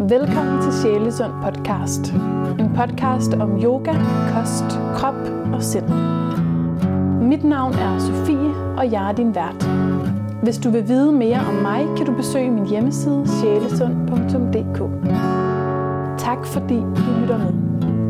Velkommen til Sjælesund podcast. En podcast om yoga, kost, krop og sind. Mit navn er Sofie, og jeg er din vært. Hvis du vil vide mere om mig, kan du besøge min hjemmeside sjælesund.dk. Tak fordi du lytter med.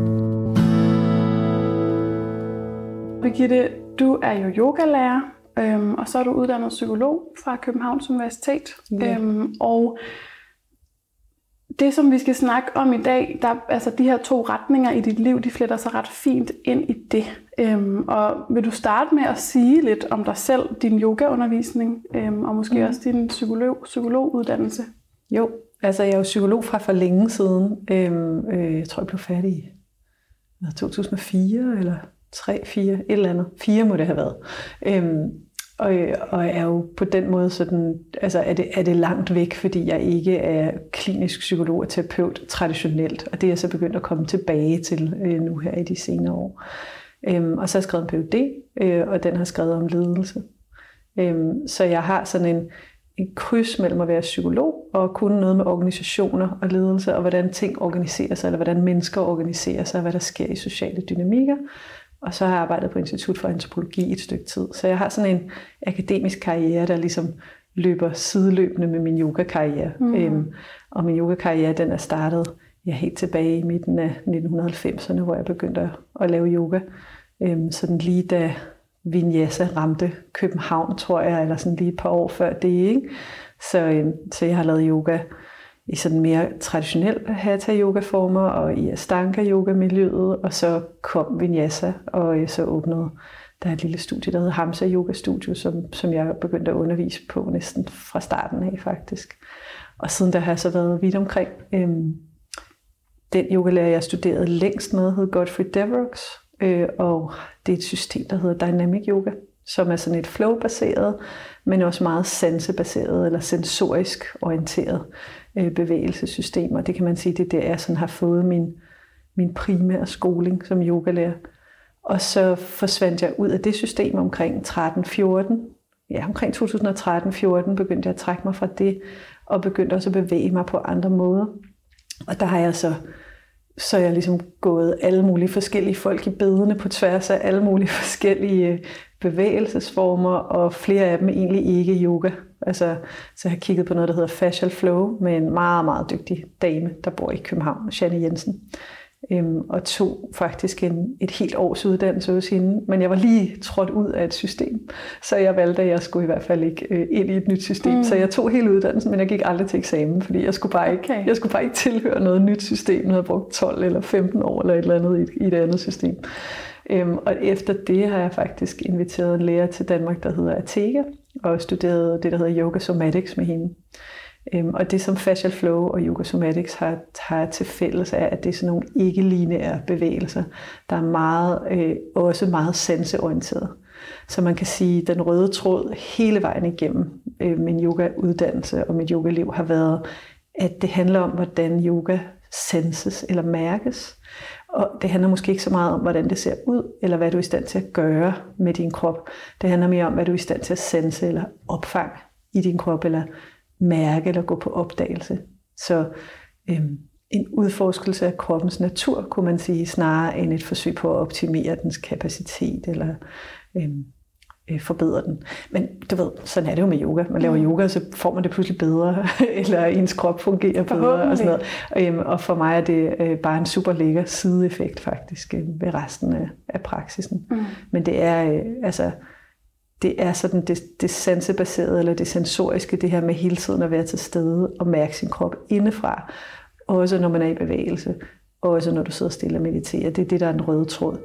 Birgitte, du er jo yogalærer, og så er du uddannet psykolog fra Københavns Universitet. Ja. Og det, som vi skal snakke om i dag, altså de her to retninger i dit liv, de fletter sig ret fint ind i det. Og vil du starte med at sige lidt om dig selv, din yogaundervisning, og måske også din psykologuddannelse? Jo, altså jeg er jo psykolog fra for længe siden. Jeg tror, jeg blev færdig i 2004 eller 3-4, et eller andet. 4 må det have været. Og er jo på den måde sådan, altså er det langt væk, fordi jeg ikke er klinisk psykolog og terapeut traditionelt, og det er jeg så begyndt at komme tilbage til nu her i de senere år. Og så har jeg skrevet en Ph.D., og den har skrevet om ledelse. Så jeg har sådan en kryds mellem at være psykolog og kunne noget med organisationer og ledelse, og hvordan ting organiserer sig, eller hvordan mennesker organiserer sig, og hvad der sker i sociale dynamikker. Og så har jeg arbejdet på Institut for Antropologi et stykke tid. Så jeg har sådan en akademisk karriere, der ligesom løber sideløbende med min yogakarriere. Og min yogakarriere, den er startet helt tilbage i midten af 1990'erne, hvor jeg begyndte at lave yoga. Sådan lige da Vinyasa ramte København, tror jeg, eller sådan lige et par år før det, ikke? Så jeg har lavet yoga i sådan mere traditionelle hatha-yoga-former og i Ashtanga-yoga-miljøet, og så kom Vinyasa, og så åbnede der et lille studie, der hedder Hamsa Yoga Studio, som jeg begyndte at undervise på næsten fra starten af faktisk. Og siden der har jeg så været vidt omkring. Den yogalærer, jeg studerede længst med, hed Godfrey Devereaux, og det er et system, der hedder Dynamic Yoga, som er sådan et flow-baseret, men også meget sansebaseret eller sensorisk orienteret bevægelsessystem. Og det kan man sige, det er der, jeg sådan har fået min primære skoling som yogalærer. Og så forsvandt jeg ud af det system omkring 13-14. Ja, omkring 2013-14 begyndte jeg at trække mig fra det, og begyndte også at bevæge mig på andre måder. Og der har jeg så er jeg ligesom gået alle mulige forskellige folk i bedene på tværs af alle mulige forskellige bevægelsesformer, og flere af dem egentlig ikke yoga. Altså, så jeg har kigget på noget, der hedder Fascial Flow, med en meget, meget dygtig dame, der bor i København, Janne Jensen. Og tog faktisk et helt års uddannelse hos hende, men jeg var lige trådt ud af et system, så jeg valgte, at jeg skulle i hvert fald ikke ind i et nyt system. Så jeg tog hele uddannelsen, men jeg gik aldrig til eksamen, fordi jeg skulle bare ikke tilhøre noget nyt system, når jeg havde brugt 12 eller 15 år eller et eller andet i et andet system. Og efter det har jeg faktisk inviteret en lærer til Danmark, der hedder Atega, og studeret det, der hedder Yoga Somatics med hende. Og det, som Fascial Flow og Yoga Somatics har til fælles, er, at det er sådan nogle ikke-lineære bevægelser, der er også meget sanseorienteret. Så man kan sige, at den røde tråd hele vejen igennem min yogauddannelse og mit yogaliv har været, at det handler om, hvordan yoga sanses eller mærkes. Og det handler måske ikke så meget om, hvordan det ser ud, eller hvad du er i stand til at gøre med din krop. Det handler mere om, hvad du er i stand til at sanse eller opfange i din krop, eller mærke eller gå på opdagelse. Så en udforskelse af kroppens natur, kunne man sige, snarere end et forsøg på at optimere dens kapacitet eller forbedre den. Men du ved, sådan er det jo med yoga. Man laver yoga, og så får man det pludselig bedre, eller ens krop fungerer bedre og sådan noget. Og for mig er det bare en super lækker sideeffekt faktisk ved resten af praksisen. Men det er det er sådan det sansebaserede eller det sensoriske, det her med hele tiden at være til stede og mærke sin krop indefra. Også når man er i bevægelse, også når du sidder stille og mediterer. Det er det, der er den røde tråd.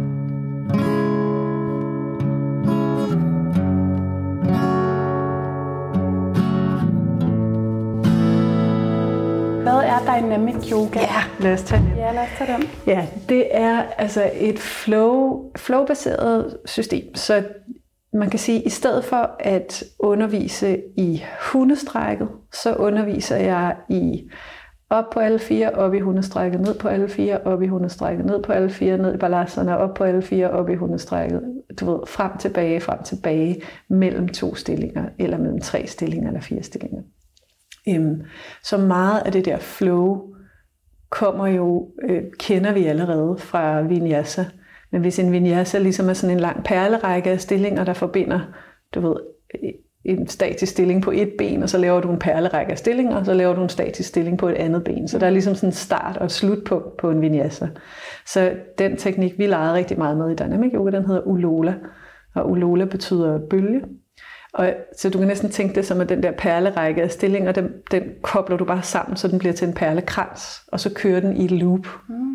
Hvad er Dynamic Yoga? Ja, lad os tage den. Ja, det er altså et flow-baseret system. Så man kan sige, at i stedet for at undervise i hundestrækket, så underviser jeg i op på alle fire, op i hundestrækket, ned på alle fire, op i hundestrækket, ned på alle fire, ned i balancerna, op på alle fire, op i hundestrækket. Du ved, frem tilbage, mellem 2 stillinger, eller mellem 3 stillinger, eller 4 stillinger. Så meget af det der flow kommer jo, kender vi allerede fra vinyasa. Men hvis en vinyasa ligesom er sådan en lang perlerække af stillinger, der forbinder, du ved, en statisk stilling på et ben, og så laver du en perlerække af stillinger, og så laver du en statisk stilling på et andet ben. Så der er ligesom sådan en start og et slutpunkt på en vinyasa. Så den teknik, vi legede rigtig meget med i Dynamic Yoga, den hedder Ulola. Og Ulola betyder bølge. Og så du kan næsten tænke det som, at den der perlerække af stillinger, den kobler du bare sammen, så den bliver til en perlekrans, og så kører den i et loop.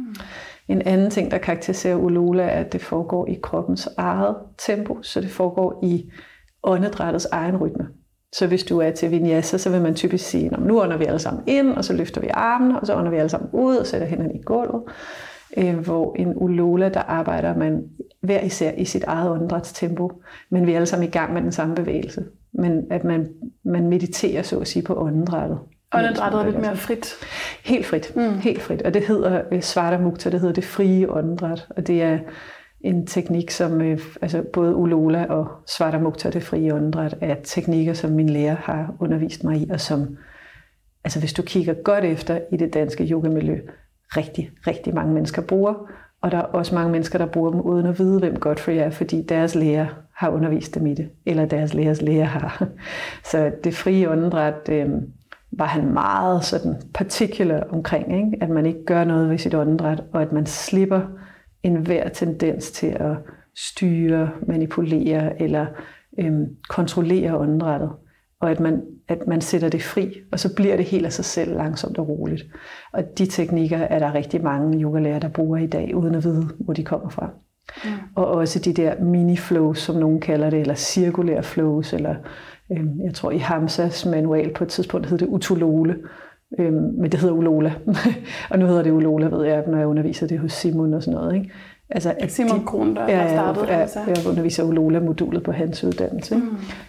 En anden ting, der karakteriserer Ulola, er, at det foregår i kroppens eget tempo, så det foregår i åndedrættets egen rytme. Så hvis du er til vinyasa, så vil man typisk sige, nu ånder vi alle sammen ind, og så løfter vi armene, og så ånder vi alle sammen ud og sætter hænderne i gulvet. Hvor en Ulola, der arbejder man hver især i sit eget åndedrætstempo, men vi er alle sammen i gang med den samme bevægelse. Men at man mediterer, så at sige, på åndedrættet. Åndedrættet er lidt mere frit. Helt frit, helt frit. Og det hedder Svata Mukta, det hedder det frie åndedræt. Og det er en teknik, som altså både Ulola og Svata Mukta, det frie åndedræt, er teknikker, som min lærer har undervist mig i, og som, altså hvis du kigger godt efter i det danske yogamiljø, rigtig, rigtig mange mennesker bruger. Og der er også mange mennesker, der bruger dem uden at vide, hvem Godfrey er, fordi deres lærer har undervist dem i det, eller deres lærers lærer har. Så det frie åndedræt var han meget sådan particular omkring, ikke? At man ikke gør noget ved sit åndedræt, og at man slipper enhver tendens til at styre, manipulere eller kontrollere åndedrættet. Og at man sætter det fri, og så bliver det helt af sig selv langsomt og roligt. Og de teknikker er der rigtig mange yogalærere, der bruger i dag, uden at vide, hvor de kommer fra. Og også de der mini-flows, som nogen kalder det, eller cirkulære flows, eller jeg tror i Hamsas manual på et tidspunkt hed det Utolole, men det hedder Ulola. Og nu hedder det Ulola, ved jeg, når jeg underviser det hos Simon og sådan noget. Ikke? Altså, Simon Kron, der startede Hamsa. Jeg underviser Ulola-modulet på hans uddannelse.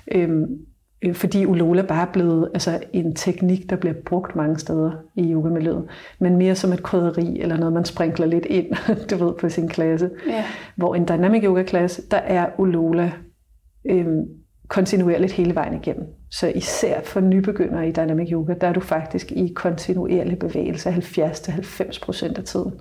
Fordi Ulola bare er blevet en teknik, der bliver brugt mange steder i yogamiljøet, men mere som et krydderi, eller noget, man sprinkler lidt ind, du ved, på sin klasse. Yeah. Hvor en dynamic yoga-klasse, der er Ulola kontinuerligt hele vejen igennem. Så især for nybegyndere i dynamic yoga, der er du faktisk i kontinuerlig bevægelse 70-90% af tiden,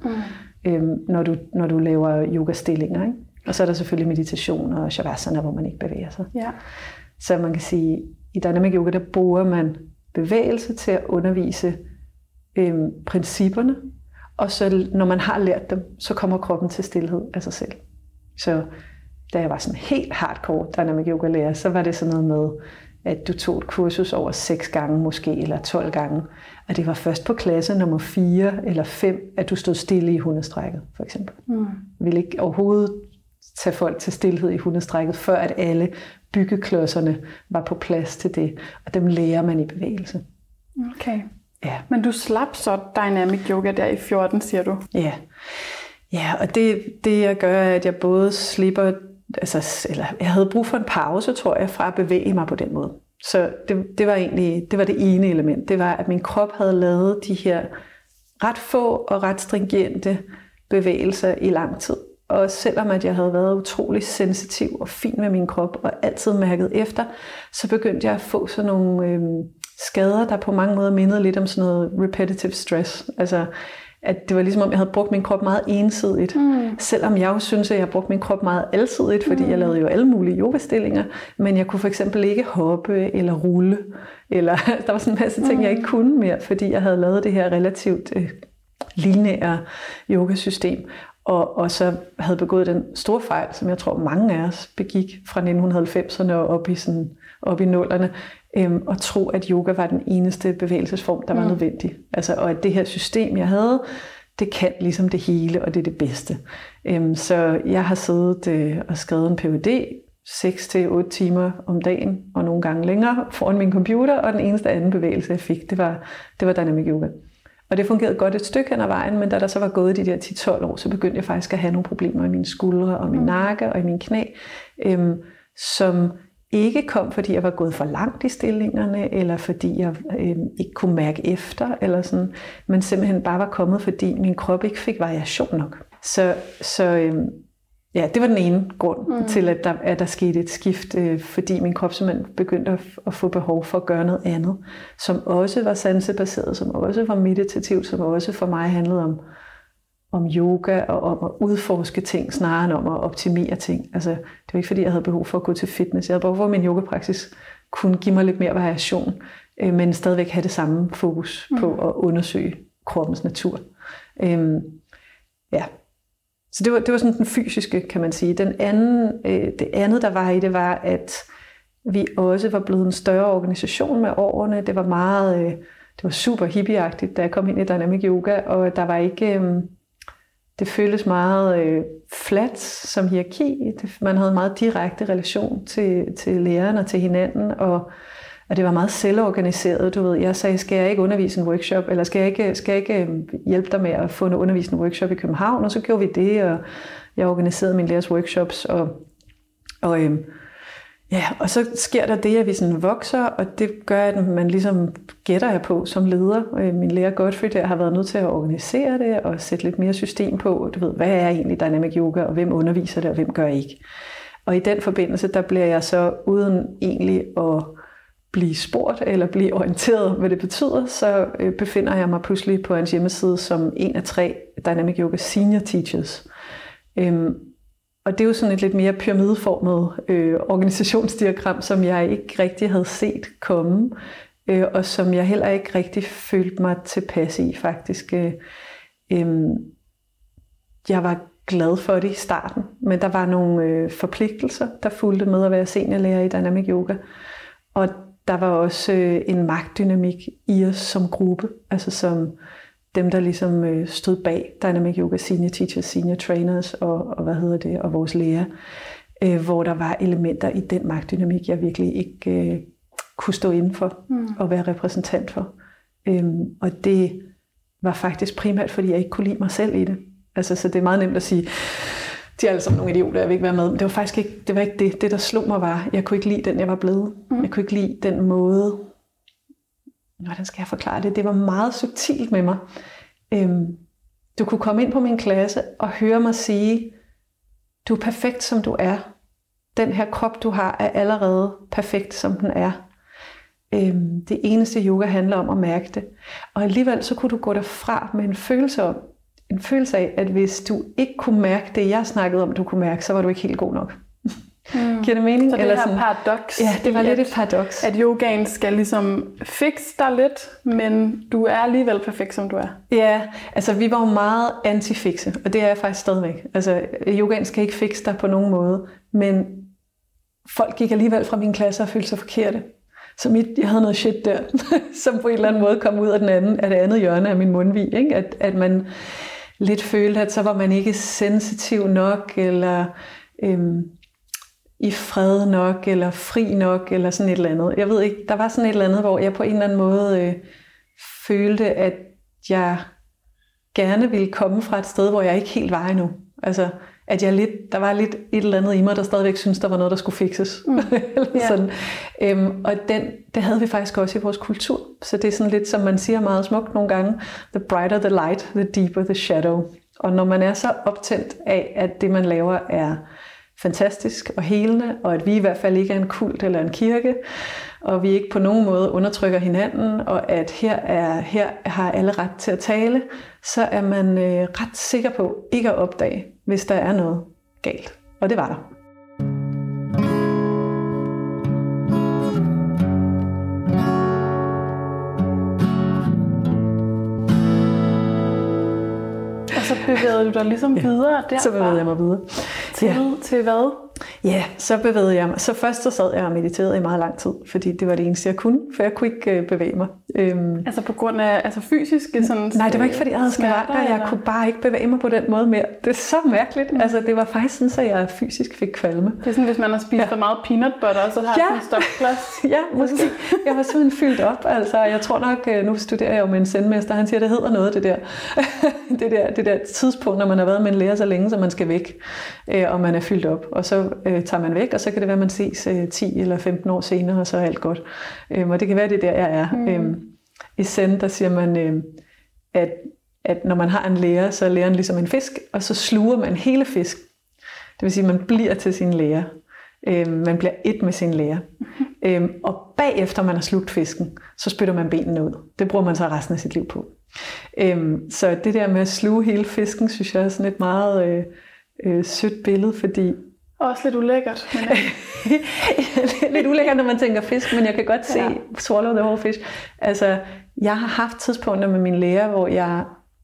når du laver yogastillinger. Ikke? Og så er der selvfølgelig meditation og shavasana, hvor man ikke bevæger sig. Yeah. Så man kan sige, i dynamic yoga, der bruger man bevægelse til at undervise principperne, og så når man har lært dem, så kommer kroppen til stilhed af sig selv. Så da jeg var sådan helt hardcore dynamic yoga-lærer, så var det sådan noget med, at du tog et kursus over 6 gange måske, eller 12 gange, og det var først på klasse nummer 4 eller 5, at du stod stille i hundestrækket, for eksempel. Jeg ville ikke overhovedet tage folk til stilhed i hundestrækket, før at alle byggeklodserne var på plads til det, og dem lærer man i bevægelse. Okay. Ja. Men du slap så dynamic yoga der i 14, siger du? Ja. Ja, og det jeg gør, er, at jeg både slipper, eller jeg havde brug for en pause, tror jeg, fra at bevæge mig på den måde. Så det var det ene element. Det var, at min krop havde lavet de her ret få og ret stringente bevægelser i lang tid. Og selvom at jeg havde været utrolig sensitiv og fin med min krop og altid mærket efter, så begyndte jeg at få sådan nogle skader, der på mange måder mindede lidt om sådan noget repetitive stress. Altså, at det var ligesom om, jeg havde brugt min krop meget ensidigt. Selvom jeg jo synes, at jeg brugte min krop meget alsidigt, fordi jeg lavede jo alle mulige yogastillinger, men jeg kunne for eksempel ikke hoppe eller rulle. Eller der var sådan en masse ting, jeg ikke kunne mere, fordi jeg havde lavet det her relativt lineære yogasystem. Og så havde begået den store fejl, som jeg tror mange af os begik fra 1990'erne og op i 0'erne, og tro, at yoga var den eneste bevægelsesform, der var nødvendig. Altså, og at det her system, jeg havde, det kan ligesom det hele, og det er det bedste. Så jeg har siddet og skrevet en PhD 6-8 timer om dagen, og nogle gange længere, foran min computer, og den eneste anden bevægelse, jeg fik, det var dynamic yoga. Og det fungerede godt et stykke hen ad vejen, men da der så var gået de der 10-12 år, så begyndte jeg faktisk at have nogle problemer i mine skuldre og min nakke og i mine knæ, som ikke kom, fordi jeg var gået for langt i stillingerne, eller fordi jeg ikke kunne mærke efter, eller sådan, men simpelthen bare var kommet, fordi min krop ikke fik variation nok. Så ja, det var den ene grund til, at der skete et skift, fordi min krop simpelthen begyndte at få behov for at gøre noget andet, som også var sansebaseret, som også var meditativt, som også for mig handlede om yoga og om at udforske ting, snarere end om at optimere ting. Altså, det var ikke fordi, jeg havde behov for at gå til fitness. Jeg havde behov for, at min yogapraksis kunne give mig lidt mere variation, men stadigvæk have det samme fokus på at undersøge kroppens natur. Ja. Så det var sådan den fysiske, kan man sige. Det andet, der var i det, var, at vi også var blevet en større organisation med årene. Det var super hippieagtigt, da jeg kom ind i Dynamic Yoga, og der var ikke... Det føltes meget fladt som hierarki. Man havde en meget direkte relation til læreren og til hinanden, og det var meget selvorganiseret. Du ved, jeg sagde, skal jeg ikke undervise en workshop, eller skal jeg ikke hjælpe dig med at få en undervisende workshop i København? Og så gjorde vi det, og jeg organiserede min lærers workshops, og så sker der det, at vi sådan vokser, og det gør, at man ligesom gætter jeg på som leder. Min lærer Godfrey der har været nødt til at organisere det og sætte lidt mere system på. Du ved, hvad er egentlig Dynamic Yoga, og hvem underviser det, og hvem gør ikke. Og i den forbindelse, der bliver jeg så uden egentlig at blive spurgt eller blive orienteret, hvad det betyder, så befinder jeg mig pludselig på hans hjemmeside som en af 3 Dynamic Yoga Senior Teachers. Og det er jo sådan et lidt mere pyramideformet organisationsdiagram, som jeg ikke rigtig havde set komme, og som jeg heller ikke rigtig følte mig tilpas i, faktisk. Jeg var glad for det i starten, men der var nogle forpligtelser, der fulgte med at være seniorlærer i Dynamic Yoga. Og der var også en magtdynamik i os som gruppe, altså som dem, der ligesom stod bag Dynamic Yoga Senior Teachers, Senior Trainers og vores lærer, hvor der var elementer i den magtdynamik, jeg virkelig ikke kunne stå inden for og være repræsentant for. Og det var faktisk primært, fordi jeg ikke kunne lide mig selv i det. Altså, så det er meget nemt at sige, de er alle sammen nogle idioter, jeg vil ikke være med. Men det var faktisk ikke det. Det, der slog mig, var, jeg kunne ikke lide den, jeg var blevet. Jeg kunne ikke lide den måde. Hvordan skal jeg forklare det? Det var meget subtilt med mig. Du kunne komme ind på min klasse og høre mig sige, du er perfekt, som du er. Den her krop, du har, er allerede perfekt, som den er. Det eneste yoga handler om at mærke det. Og alligevel så kunne du gå derfra med en følelse af, at hvis du ikke kunne mærke det, jeg snakkede om, du kunne mærke, så var du ikke helt god nok. Giver det mening? Så det her paradoks. Ja, det var lidt et paradoks. At yogaen skal ligesom fikse dig lidt, men du er alligevel perfekt, som du er. Ja, altså vi var jo meget anti-fikse, og det er jeg faktisk stadigvæk. Altså yogaen skal ikke fikse dig på nogen måde, men folk gik alligevel fra min klasse og følte sig forkerte. Så jeg havde noget shit der, som på en eller anden måde kom ud af det andet hjørne af min mundvig. Ikke? At man lidt følte, at så var man ikke sensitiv nok, eller i fred nok, eller fri nok, eller sådan et eller andet. Jeg ved ikke, der var sådan et eller andet, hvor jeg på en eller anden måde følte, at jeg gerne ville komme fra et sted, hvor jeg ikke helt var endnu. Altså, at der var lidt et eller andet i mig, der stadigvæk syntes, der var noget, der skulle fikses. Sådan. Og det havde vi faktisk også i vores kultur. Så det er sådan lidt, som man siger meget smukt nogle gange, the brighter the light, the deeper the shadow. Og når man er så optændt af, at det man laver er fantastisk og helende, og at vi i hvert fald ikke er en kult eller en kirke, og vi ikke på nogen måde undertrykker hinanden, og at her har alle ret til at tale, så er man ret sikker på ikke at opdage, hvis der er noget galt. Og det var der. Og så bevægede du dig ligesom videre derfra. Så bevægede jeg mig videre. Til hvad? Ja, så bevægede jeg mig. Så først så sad jeg og mediterede i meget lang tid, fordi det var det eneste, jeg kunne, for jeg kunne ikke bevæge mig. Altså på grund af fysiske sådan... Nej, det var ikke, fordi jeg havde skavanker. Jeg kunne bare ikke bevæge mig på den måde mere. Det er så mærkeligt. Altså, det var faktisk sådan, at jeg fysisk fik kvalme. Det er sådan, hvis man har spist for meget peanut butter, og så har sådan en stopklods. Ja, måske. Jeg var simpelthen fyldt op. Altså, jeg tror nok, nu studerer jeg jo med en zenmester, han siger, det hedder noget, det der. det der tidspunkt, når man har været med en lærer så længe, så man skal væk, og man er fyldt op. Og så tager man væk, og så kan det være, at man ses 10 eller 15 år senere, og så er alt godt. Og det kan være, det der, jeg er. I Zen, der siger man, at når man har en lærer, så er læreren ligesom en fisk, og så sluger man hele fisk. Det vil sige, at man bliver til sin lærer. Man bliver et med sin lærer. Og bagefter man har slugt fisken, så spytter man benene ud. Det bruger man så resten af sit liv på. Så det der med at sluge hele fisken, synes jeg er sådan et meget sødt billede, fordi... Også lidt ulækkert. Men... lidt ulækkert, når man tænker fisk, men jeg kan godt se swallow the whole fish. Altså, jeg har haft tidspunkter med min lærer, hvor jeg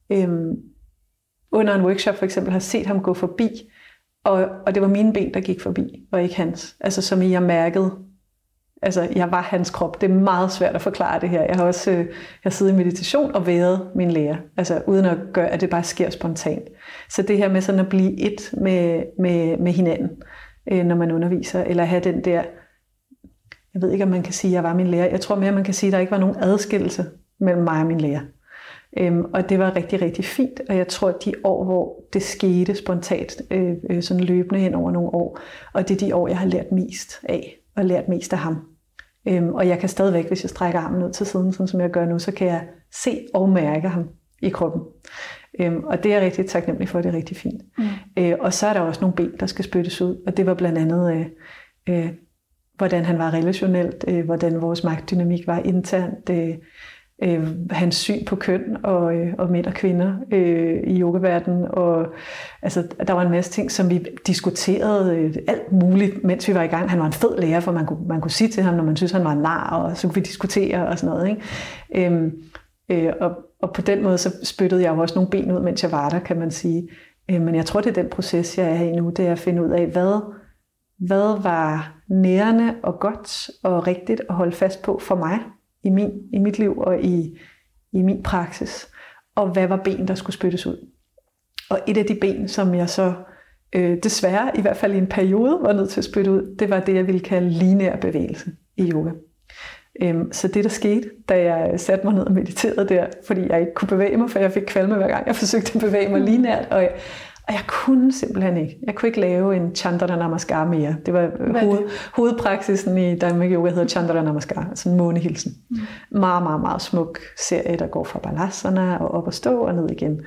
under en workshop for eksempel har set ham gå forbi, og det var mine ben, der gik forbi, og ikke hans. Altså, som jeg mærkede, altså, jeg var hans krop. Det er meget svært at forklare det her. Jeg har også jeg har siddet i meditation og været min lærer, altså uden at gøre, at det bare sker spontant. Så det her med sådan at blive et med hinanden, når man underviser, eller have den der, jeg ved ikke, om man kan sige, at jeg var min lærer. Jeg tror mere, man kan sige, at der ikke var nogen adskillelse mellem mig og min lærer. Og det var rigtig, rigtig fint, og jeg tror, at de år, hvor det skete spontant, sådan løbende hen over nogle år, og det er de år, jeg har lært mest af, og lært mest af ham. Og jeg kan stadigvæk, hvis jeg strækker armen ud til siden, sådan som jeg gør nu, så kan jeg se og mærke ham i kroppen. Og det er jeg rigtig taknemmelig for, det er rigtig fint. Og så er der også nogle ben, der skal spyttes ud, og det var blandt andet, hvordan han var relationelt, hvordan vores magtdynamik var internt, hans syn på køn og mænd og kvinder i yogaverdenen, og altså, der var en masse ting, som vi diskuterede alt muligt, mens vi var i gang. Han var en fed lærer, for man kunne sige til ham, når man synes, han var en nar, og så kunne vi diskutere og sådan noget, ikke? Og på den måde, så spyttede jeg jo også nogle ben ud, mens jeg var der, kan man sige. Men jeg tror, det er den proces, jeg er i nu, det er at finde ud af, hvad var nærende og godt og rigtigt at holde fast på for mig, i mit liv og i min praksis, og hvad var ben, der skulle spyttes ud. Og et af de ben, som jeg så desværre, i hvert fald i en periode, var nødt til at spytte ud, det var det, jeg ville kalde lineær bevægelse i yoga. Så det, der skete, da jeg satte mig ned og mediterede der, fordi jeg ikke kunne bevæge mig, for jeg fik kvalme hver gang, jeg forsøgte at bevæge mig lineært, og jeg kunne simpelthen ikke. Jeg kunne ikke lave en Chandra Namaskar mere. Det var hovedpraksisen i Dharma Yoga, hedder Chandra Namaskar, altså en månehilsen. Meget, meget, meget smuk serie, der går fra balasana og op og stå og ned igen.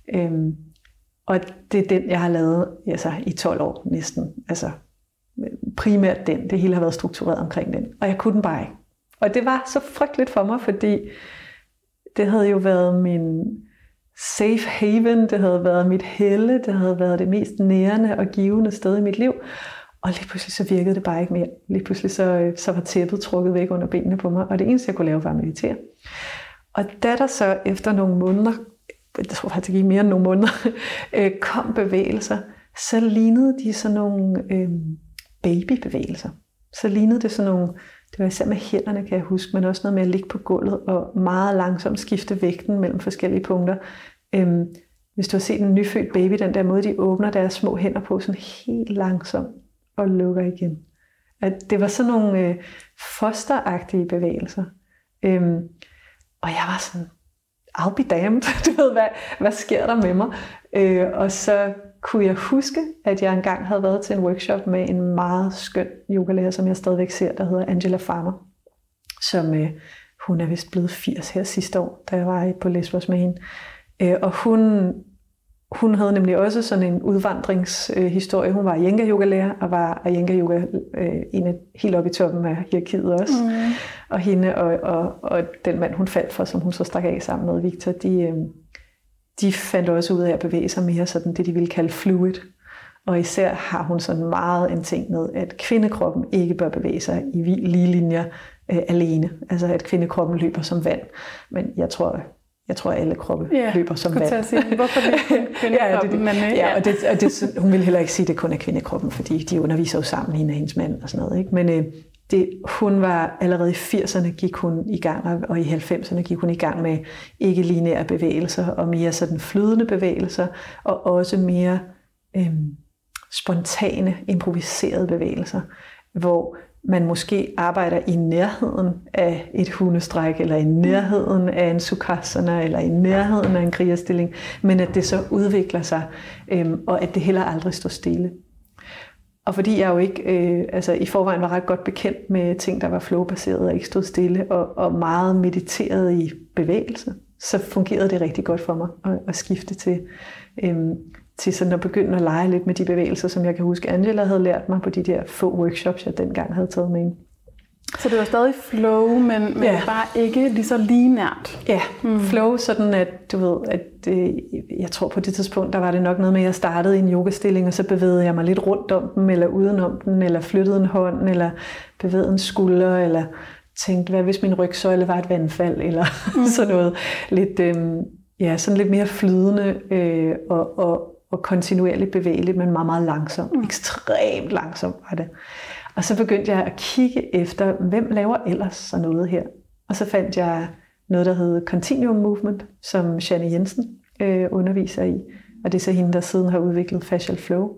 Og det er den, jeg har lavet altså, i 12 år næsten. Altså primært den. Det hele har været struktureret omkring den. Og jeg kunne den bare ikke. Og det var så frygteligt for mig, fordi det havde jo været min safe haven, det havde været mit helle, det havde været det mest nærende og givende sted i mit liv. Og lige pludselig så virkede det bare ikke mere. Lige pludselig så var tæppet trukket væk under benene på mig, og det eneste jeg kunne lave var at meditere. Og da der så efter nogle måneder, jeg tror faktisk ikke mere end nogle måneder, kom bevægelser, så lignede de sådan nogle babybevægelser. Så lignede det sådan nogle, det var især med hænderne, kan jeg huske, men også noget med at ligge på gulvet og meget langsomt skifte vægten mellem forskellige punkter. Hvis du har set en nyfødt baby, den der måde, de åbner deres små hænder på, sådan helt langsomt og lukker igen. At det var sådan nogle fosteragtige bevægelser. Og jeg var sådan, I'll be damned, du ved, hvad sker der med mig? Og så kunne jeg huske, at jeg engang havde været til en workshop med en meget skøn yogalærer, som jeg stadigvæk ser, der hedder Angela Farmer, som hun er vist blevet 80 her sidste år, da jeg var på Lesbos med hende. Og hun havde nemlig også sådan en udvandringshistorie. Hun var Iyengar-yogalærer, og var Iyengar-yoga helt oppe i toppen af hierarkiet også. Og hende og den mand, hun faldt for, som hun så stak af sammen med Victor, de fandt også ud af at bevæge sig mere sådan det, de ville kalde fluid. Og især har hun sådan meget en ting med, at kvindekroppen ikke bør bevæge sig i lige linjer alene. Altså at kvindekroppen løber som vand. Men jeg tror at alle kroppe løber som vand. Hvorfor det kvindekroppen? Hun ville heller ikke sige, at det kun er kvindekroppen, fordi de underviser jo sammen, hende og hendes mand og sådan noget. Ikke? Men hun var allerede i 80'erne gik hun i gang, og i 90'erne gik hun i gang med ikke lineære bevægelser, og mere sådan flydende bevægelser, og også mere spontane, improviserede bevægelser, hvor man måske arbejder i nærheden af et hundestræk, eller i nærheden af en sukhasana, eller i nærheden af en krigerstilling, men at det så udvikler sig, og at det heller aldrig står stille. Og fordi jeg jo ikke i forvejen var ret godt bekendt med ting, der var flowbaseret og ikke stod stille, og meget mediteret i bevægelse, så fungerede det rigtig godt for mig at skifte til sådan at begynde at lege lidt med de bevægelser, som jeg kan huske, Angela havde lært mig på de der få workshops, jeg dengang havde taget med. Så det var stadig flow, men bare ikke lige så lineært. Ja, flow sådan, at du ved, at jeg tror på det tidspunkt, der var det nok noget med, at jeg startede i en yogastilling, og så bevægede jeg mig lidt rundt om den, eller udenom den, eller flyttede en hånd, eller bevægede en skulder, eller tænkte, hvad hvis min rygsøjle var et vandfald, eller sådan noget. Sådan lidt mere flydende og kontinuerligt bevægeligt, men meget, meget langsomt. Ekstremt langsomt var det. Og så begyndte jeg at kigge efter, hvem laver ellers sådan noget her. Og så fandt jeg noget, der hedder Continuum Movement, som Janne Jensen underviser i. Og det er så hende, der siden har udviklet Fascial Flow.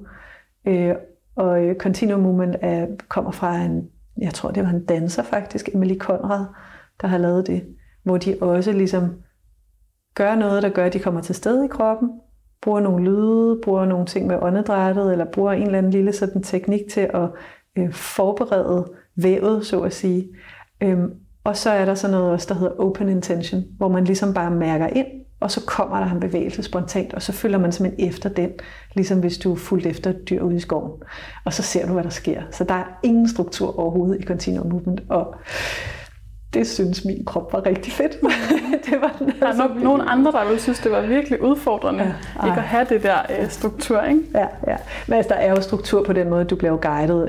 Og Continuum Movement kommer fra jeg tror det var en danser faktisk, Emilie Conrad, der har lavet det. Hvor de også ligesom gør noget, der gør, at de kommer til stede i kroppen, bruger nogle lyde, bruger nogle ting med åndedrættet, eller bruger en eller anden lille sådan teknik til at forberede vævet, så at sige. Og så er der sådan noget også, der hedder open intention, hvor man ligesom bare mærker ind, og så kommer der en bevægelse spontant, og så følger man simpelthen efter den, ligesom hvis du er fulgt efter et dyr ude i skoven. Og så ser du, hvad der sker. Så der er ingen struktur overhovedet i Continuum Movement, og det synes min krop var rigtig fedt. Det var der er nok nogle andre, der ville synes, det var virkelig udfordrende, ikke at have det der struktur, ikke? Ja. Men altså, der er jo struktur på den måde, du bliver jo guidet.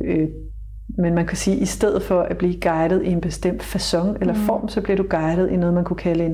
Men man kan sige, at i stedet for at blive guidet i en bestemt facon eller form, så bliver du guidet i noget, man kunne kalde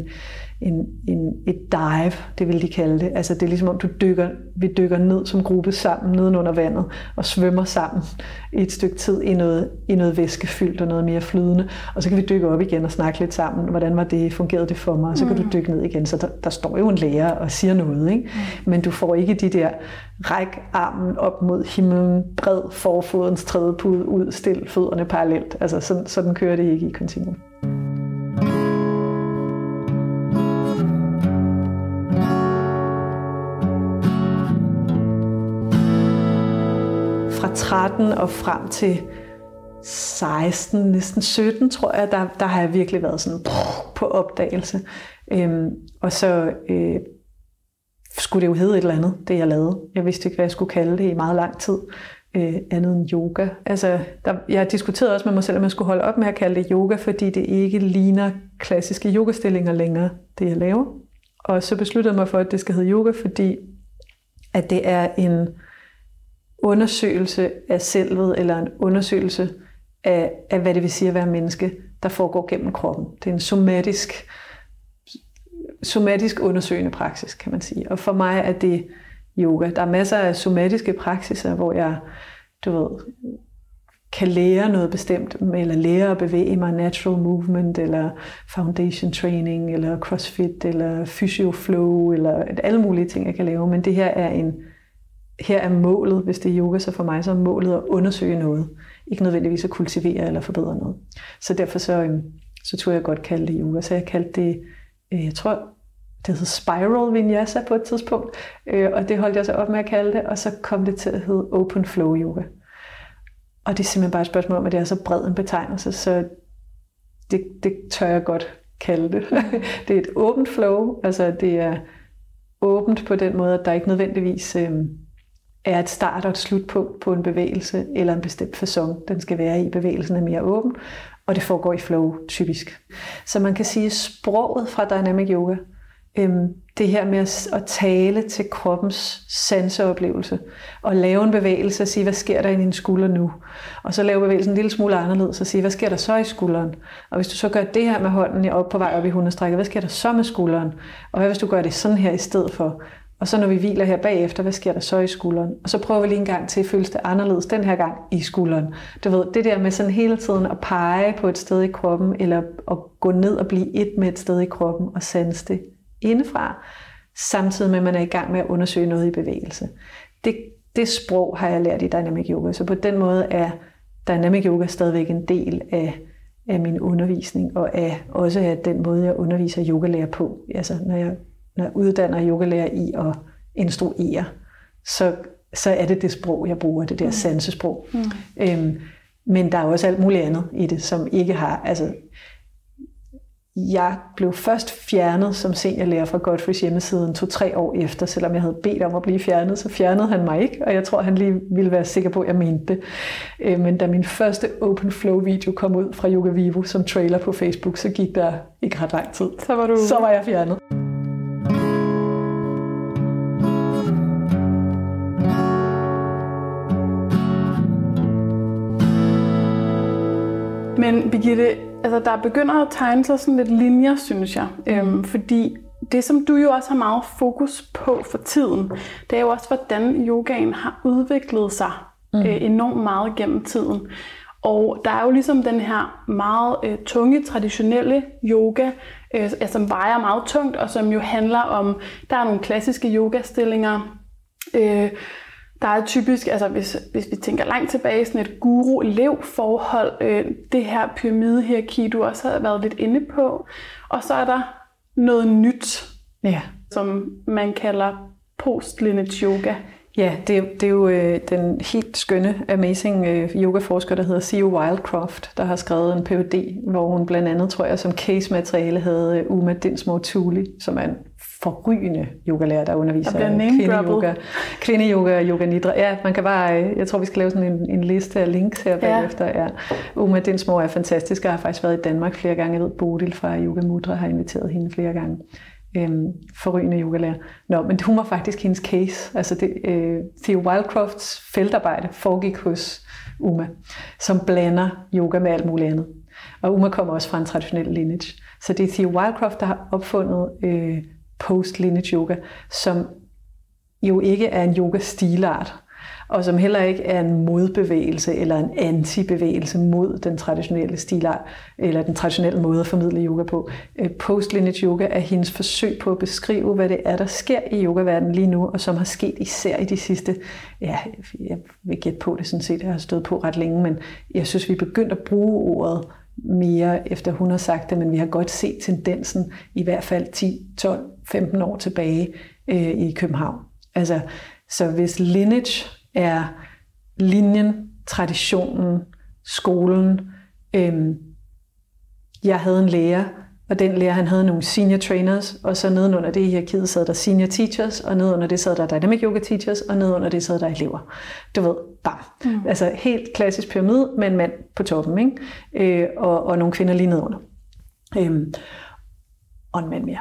et dive, det vil de kalde det. Altså det er ligesom om vi dykker ned som gruppe sammen nedenunder vandet og svømmer sammen i et stykke tid i noget væskefyldt og noget mere flydende. Og så kan vi dykke op igen og snakke lidt sammen. Hvordan var det? Fungerede det for mig? Og så kan du dykke ned igen. Så der står jo en lærer og siger noget, ikke? Men du får ikke de der ræk armen op mod himlen, bred forfodens trædepude ud, stil fødderne parallelt. Altså sådan kører det ikke i Continuum. Fra 13 og frem til 16, næsten 17, tror jeg, der har jeg virkelig været sådan på opdagelse. Og så skulle det jo hedde et eller andet, det jeg lavede. Jeg vidste ikke, hvad jeg skulle kalde det i meget lang tid. Andet end yoga. Altså, jeg diskuterede også med mig selv, om jeg skulle holde op med at kalde det yoga, fordi det ikke ligner klassiske yogastillinger længere, det jeg laver. Og så besluttede jeg mig for, at det skal hedde yoga, fordi at det er en undersøgelse af selvet, eller en undersøgelse af hvad det vil sige at være menneske, der foregår gennem kroppen. Det er en somatisk undersøgende praksis, kan man sige. Og for mig er det yoga. Der er masser af somatiske praksiser, hvor jeg, kan lære noget bestemt, eller lære at bevæge mig, natural movement, eller foundation training, eller crossfit, eller physioflow, eller alle mulige ting, jeg kan lave. Men det her er målet, hvis det er yoga, så for mig så er målet at undersøge noget. Ikke nødvendigvis at kultivere eller forbedre noget. Så derfor så turde jeg godt kalde det yoga. Så jeg kaldte det, jeg tror, det hedder Spiral Vinyasa på et tidspunkt. Og det holdt jeg så op med at kalde det. Og så kom det til at hedde Open Flow Yoga. Og det er simpelthen bare et spørgsmål om, at det er så bred en betegnelse, så det tør jeg godt kalde det. Det er et åbent flow, altså det er åbent på den måde, at der ikke nødvendigvis er et start og et slutpunkt på en bevægelse eller en bestemt facon, den skal være i. Bevægelsen er mere åben, og det foregår i flow typisk. Så man kan sige, sproget fra Dynamic Yoga, det her med at tale til kroppens sanseoplevelse, og lave en bevægelse og sige, hvad sker der i din skulder nu? Og så lave bevægelsen en lille smule anderledes og sige, hvad sker der så i skulderen? Og hvis du så gør det her med hånden på vej op i hundestrækket, hvad sker der så med skulderen? Og hvad hvis du gør det sådan her i stedet for? Og så når vi hviler her bagefter, hvad sker der så i skulderen? Og så prøver vi lige en gang til, føles det anderledes den her gang i skulderen. Du ved, det der med sådan hele tiden at pege på et sted i kroppen, eller at gå ned og blive et med et sted i kroppen og sanse det indefra, samtidig med, at man er i gang med at undersøge noget i bevægelse. Det sprog har jeg lært i Dynamic Yoga, så på den måde er Dynamic Yoga stadigvæk en del af min undervisning, og også af den måde, jeg underviser yogalærer på. Altså, når jeg uddanner yogalærer i at instruere, så er det sprog, jeg bruger, det der sansesprog. Men der er også alt muligt andet i det, som ikke har... Altså, jeg blev først fjernet som seniorlærer fra Godfreys hjemmesiden 2-3 år efter, selvom jeg havde bedt om at blive fjernet, så fjernede han mig ikke, og jeg tror, han lige ville være sikker på, at jeg mente det. Men da min første Open Flow video kom ud fra Yoga Vivo som trailer på Facebook, så gik der ikke ret lang tid. Så var jeg fjernet. Men Birgitte, altså der begynder at tegne sig sådan lidt linjer, synes jeg. Fordi det, som du jo også har meget fokus på for tiden, det er jo også, hvordan yogaen har udviklet sig enormt meget gennem tiden. Og der er jo ligesom den her meget tunge, traditionelle yoga, som vejer meget tungt, og som jo handler om, der er nogle klassiske yogastillinger. Der er typisk, altså hvis vi tænker langt tilbage, sådan et guru-elev-forhold, det her pyramidehierarki, du også har været lidt inde på. Og så er der noget nyt, som man kalder post-lineage yoga. Ja, det er jo den helt skønne, amazing yogaforsker, der hedder Theo Wildcroft, der har skrevet en Ph.D., hvor hun blandt andet, tror jeg, som case-materiale havde Uma Dinsmore Thule, som er en forrygende yogalærer, der underviser kvinde-yoga og yoga nidra. Ja, man kan bare, jeg tror, vi skal lave sådan en liste af links her bagefter. Ja. Uma Dinsmore er fantastisk, og har faktisk været i Danmark flere gange. Jeg ved, Bodil fra Yoga Mudra har inviteret hende flere gange. Forrygende yogalærer. Men hun var faktisk hendes case. Altså Theo Wildcrofts feltarbejde foregik hos Uma, som blander yoga med alt muligt andet. Og Uma kommer også fra en traditionel lineage. Så det er Theo Wildcroft, der har opfundet post-lineage yoga, som jo ikke er en yoga-stilart, og som heller ikke er en modbevægelse eller en antibevægelse mod den traditionelle stilart, eller den traditionelle måde at formidle yoga på. Post-lineage yoga er hendes forsøg på at beskrive, hvad det er, der sker i yogaverdenen lige nu, og som har sket især i de sidste, jeg vil gætte på det sådan set, jeg har stået på ret længe, men jeg synes, vi er begyndt at bruge ordet mere, efter hun har sagt det, men vi har godt set tendensen i hvert fald 10, 12, 15 år tilbage i København. Altså, så hvis lineage er linjen, traditionen, skolen. Jeg havde en lærer, og den lærer, han havde nogle senior trainers, og så nedenunder det i hierarkiet sad der senior teachers, og nedenunder det sad der dynamic yoga teachers, og nedenunder det sad der elever. Du ved, bam. Altså helt klassisk pyramide med en mand på toppen, ikke? Og nogle kvinder lige nedenunder. Og en mand mere.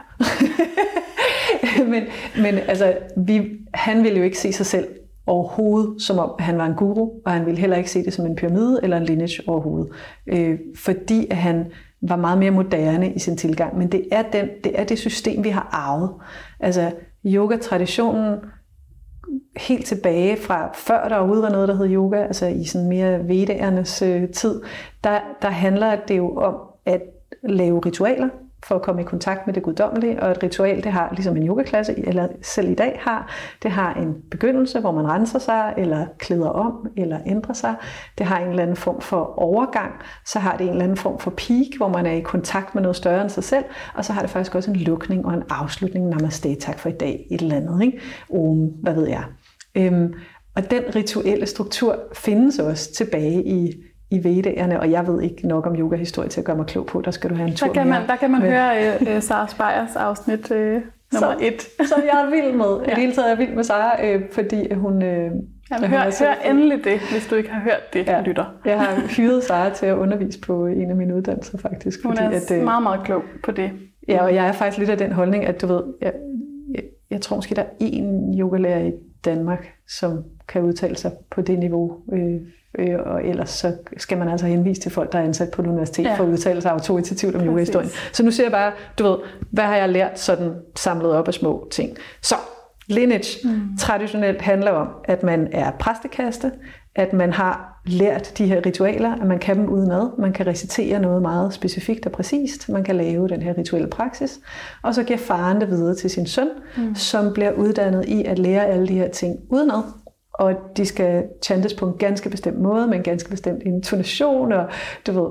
men altså, han ville jo ikke se sig selv overhovedet, som om han var en guru, og han ville heller ikke se det som en pyramide eller en lineage overhovedet. Fordi at han var meget mere moderne i sin tilgang. Men det er det system, vi har arvet. Altså yoga-traditionen helt tilbage fra før der overhovedet var noget, der hed yoga, altså i sådan mere vedaernes tid, der handler det jo om at lave ritualer, for at komme i kontakt med det guddommelige, og et ritual, det har, ligesom en yogaklasse, eller selv i dag har, det har en begyndelse, hvor man renser sig, eller klæder om, eller ændrer sig. Det har en eller anden form for overgang, så har det en eller anden form for peak, hvor man er i kontakt med noget større end sig selv, og så har det faktisk også en lukning og en afslutning, namaste, tak for i dag, et eller andet, ikke? Hvad ved jeg. Og den rituelle struktur findes også tilbage i vedaerne, og jeg ved ikke nok om yogahistorie til at gøre mig klog på. Der skal du have en tur mere. Der kan man høre Sara Speyers afsnit nummer 1. Så jeg er vild med. I det hele taget er jeg vild med Sara, fordi hun... hør endelig det, hvis du ikke har hørt det, lytter. Jeg har hyret Sara til at undervise på en af mine uddannelser, faktisk. Hun er meget, meget klog på det. Ja, og jeg er faktisk lidt af den holdning, at du ved... Jeg tror måske, der er én yogalærer i Danmark, som kan udtale sig på det niveau. Og ellers så skal man altså henvise til folk, der er ansat på et universitet for at udtale sig autoritativt om yogahistorien. Så nu siger jeg bare, du ved, hvad har jeg lært sådan samlet op af små ting. Så lineage traditionelt handler om, at man er præstekaste, at man har lært de her ritualer, at man kan dem udenad, man kan recitere noget meget specifikt og præcist, man kan lave den her rituelle praksis, og så giver faren det videre til sin søn, som bliver uddannet i at lære alle de her ting udenad. Og de skal chantes på en ganske bestemt måde, med en ganske bestemt intonation, og du ved,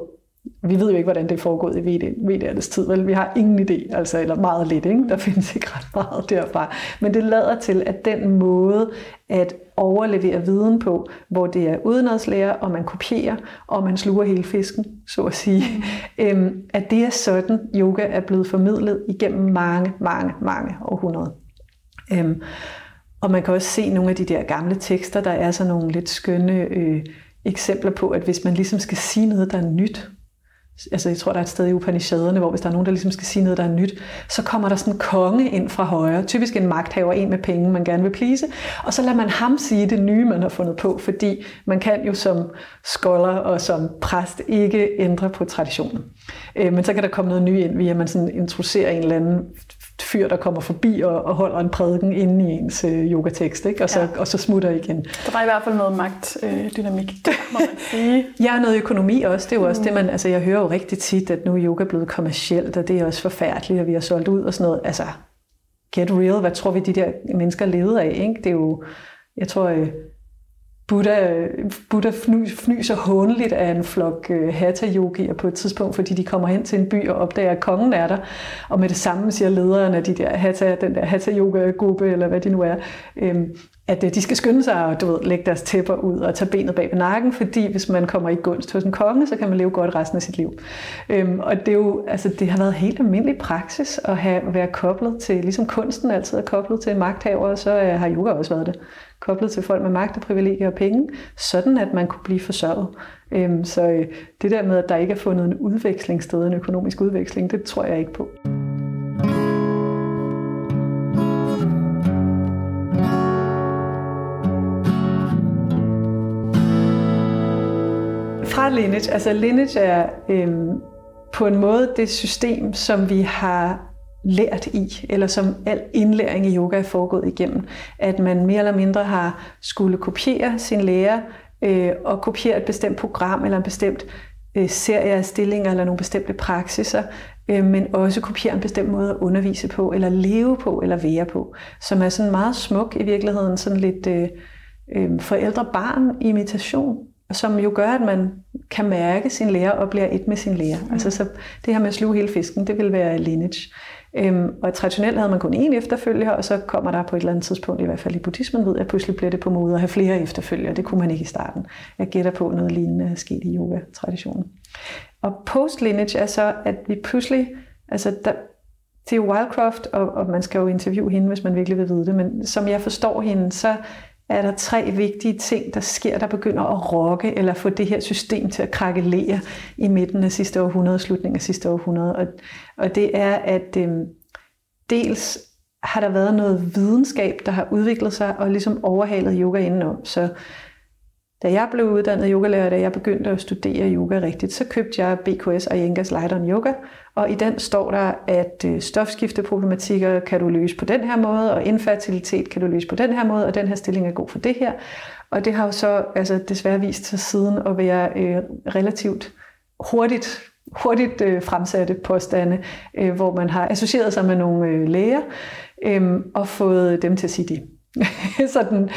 vi ved jo ikke, hvordan det er foregået i VD'ernes tid, vel? Vi har ingen idé, altså, eller meget lidt, ikke? Der findes ikke ret meget derfra. Men det lader til, at den måde at overlevere viden på, hvor det er udenadslære, og man kopierer, og man sluger hele fisken, så at sige, at det er sådan, yoga er blevet formidlet igennem mange århundreder. Og man kan også se nogle af de der gamle tekster, der er sådan nogle lidt skønne eksempler på, at hvis man ligesom skal sige noget, der er nyt, altså jeg tror, der er et sted i Upanishaderne, hvor hvis der er nogen, der ligesom skal sige noget, der er nyt, så kommer der sådan en konge ind fra højre, typisk en magthaver, en med penge, man gerne vil please, og så lader man ham sige det nye, man har fundet på, fordi man kan jo som scholar og som præst ikke ændre på traditionen. Men så kan der komme noget nyt ind, via man sådan introducerer en eller anden fyr, der kommer forbi og holder en prædiken inde i ens yogatekst, ikke? Og så smutter igen. Der er i hvert fald noget magtdynamik, må man sige. Ja, noget økonomi også. Det er jo også det, man, altså jeg hører jo rigtig tit, at nu er yoga blevet kommercielt, og det er også forfærdeligt, at vi har solgt ud og sådan noget. Altså, get real, hvad tror vi, de der mennesker levede af, ikke? Det er jo, jeg tror, Buddha fnyser håndeligt af en flok hatha-yogier på et tidspunkt, fordi de kommer hen til en by og opdager, at kongen er der. Og med det samme siger lederen af den der hatha-yoga-gruppe, eller hvad de nu er, at de skal skynde sig og lægge deres tæpper ud og tage benet bag ved nakken, fordi hvis man kommer i gunst hos en konge, så kan man leve godt resten af sit liv. Og det er jo, altså det har været helt almindelig praksis at være koblet til, ligesom kunsten altid er koblet til en magthaver, så har yoga også været det. Koblet til folk med magt og privilegier og penge, sådan at man kunne blive forsørget. Så det der med, at der ikke er fundet en udveksling sted, en økonomisk udveksling, det tror jeg ikke på. Fra lineage, altså lineage er på en måde det system, som vi har lært i, eller som al indlæring i yoga er foregået igennem, at man mere eller mindre har skulle kopiere sin lærer og kopiere et bestemt program eller en bestemt serie af stillinger eller nogle bestemte praksiser, men også kopiere en bestemt måde at undervise på, eller leve på, eller være på, som er sådan meget smuk i virkeligheden, sådan lidt forældre-barn imitation, som jo gør, at man kan mærke sin lærer og bliver et med sin lærer. Altså så det her med at sluge hele fisken, det vil være lineage. Og traditionelt havde man kun én efterfølger, og så kommer der på et eller andet tidspunkt, i hvert fald i buddhismen, ved at pludselig bliver det på mode at have flere efterfølgere. Det kunne man ikke i starten. Jeg gætter på, noget lignende er sket i yoga-traditionen. Og post-lineage er så, at vi pludselig, altså det er Wildcroft, og man skal jo interviewe hende, hvis man virkelig vil vide det, men som jeg forstår hende, så er der 3 vigtige ting, der sker, der begynder at rokke eller få det her system til at krakelere i midten af sidste århundrede, slutningen af sidste århundrede. Og det er, at dels har der været noget videnskab, der har udviklet sig og ligesom overhalet yoga indenom. Så da jeg blev uddannet yogalærer, da jeg begyndte at studere yoga rigtigt, så købte jeg BKS Iyengar's Light on Yoga, og i den står der, at stofskifteproblematikker kan du løse på den her måde, og infertilitet kan du løse på den her måde, og den her stilling er god for det her. Og det har jo så desværre vist sig siden at være relativt hurtigt fremsatte påstande, hvor man har associeret sig med nogle læger og fået dem til at sige det. Sådan,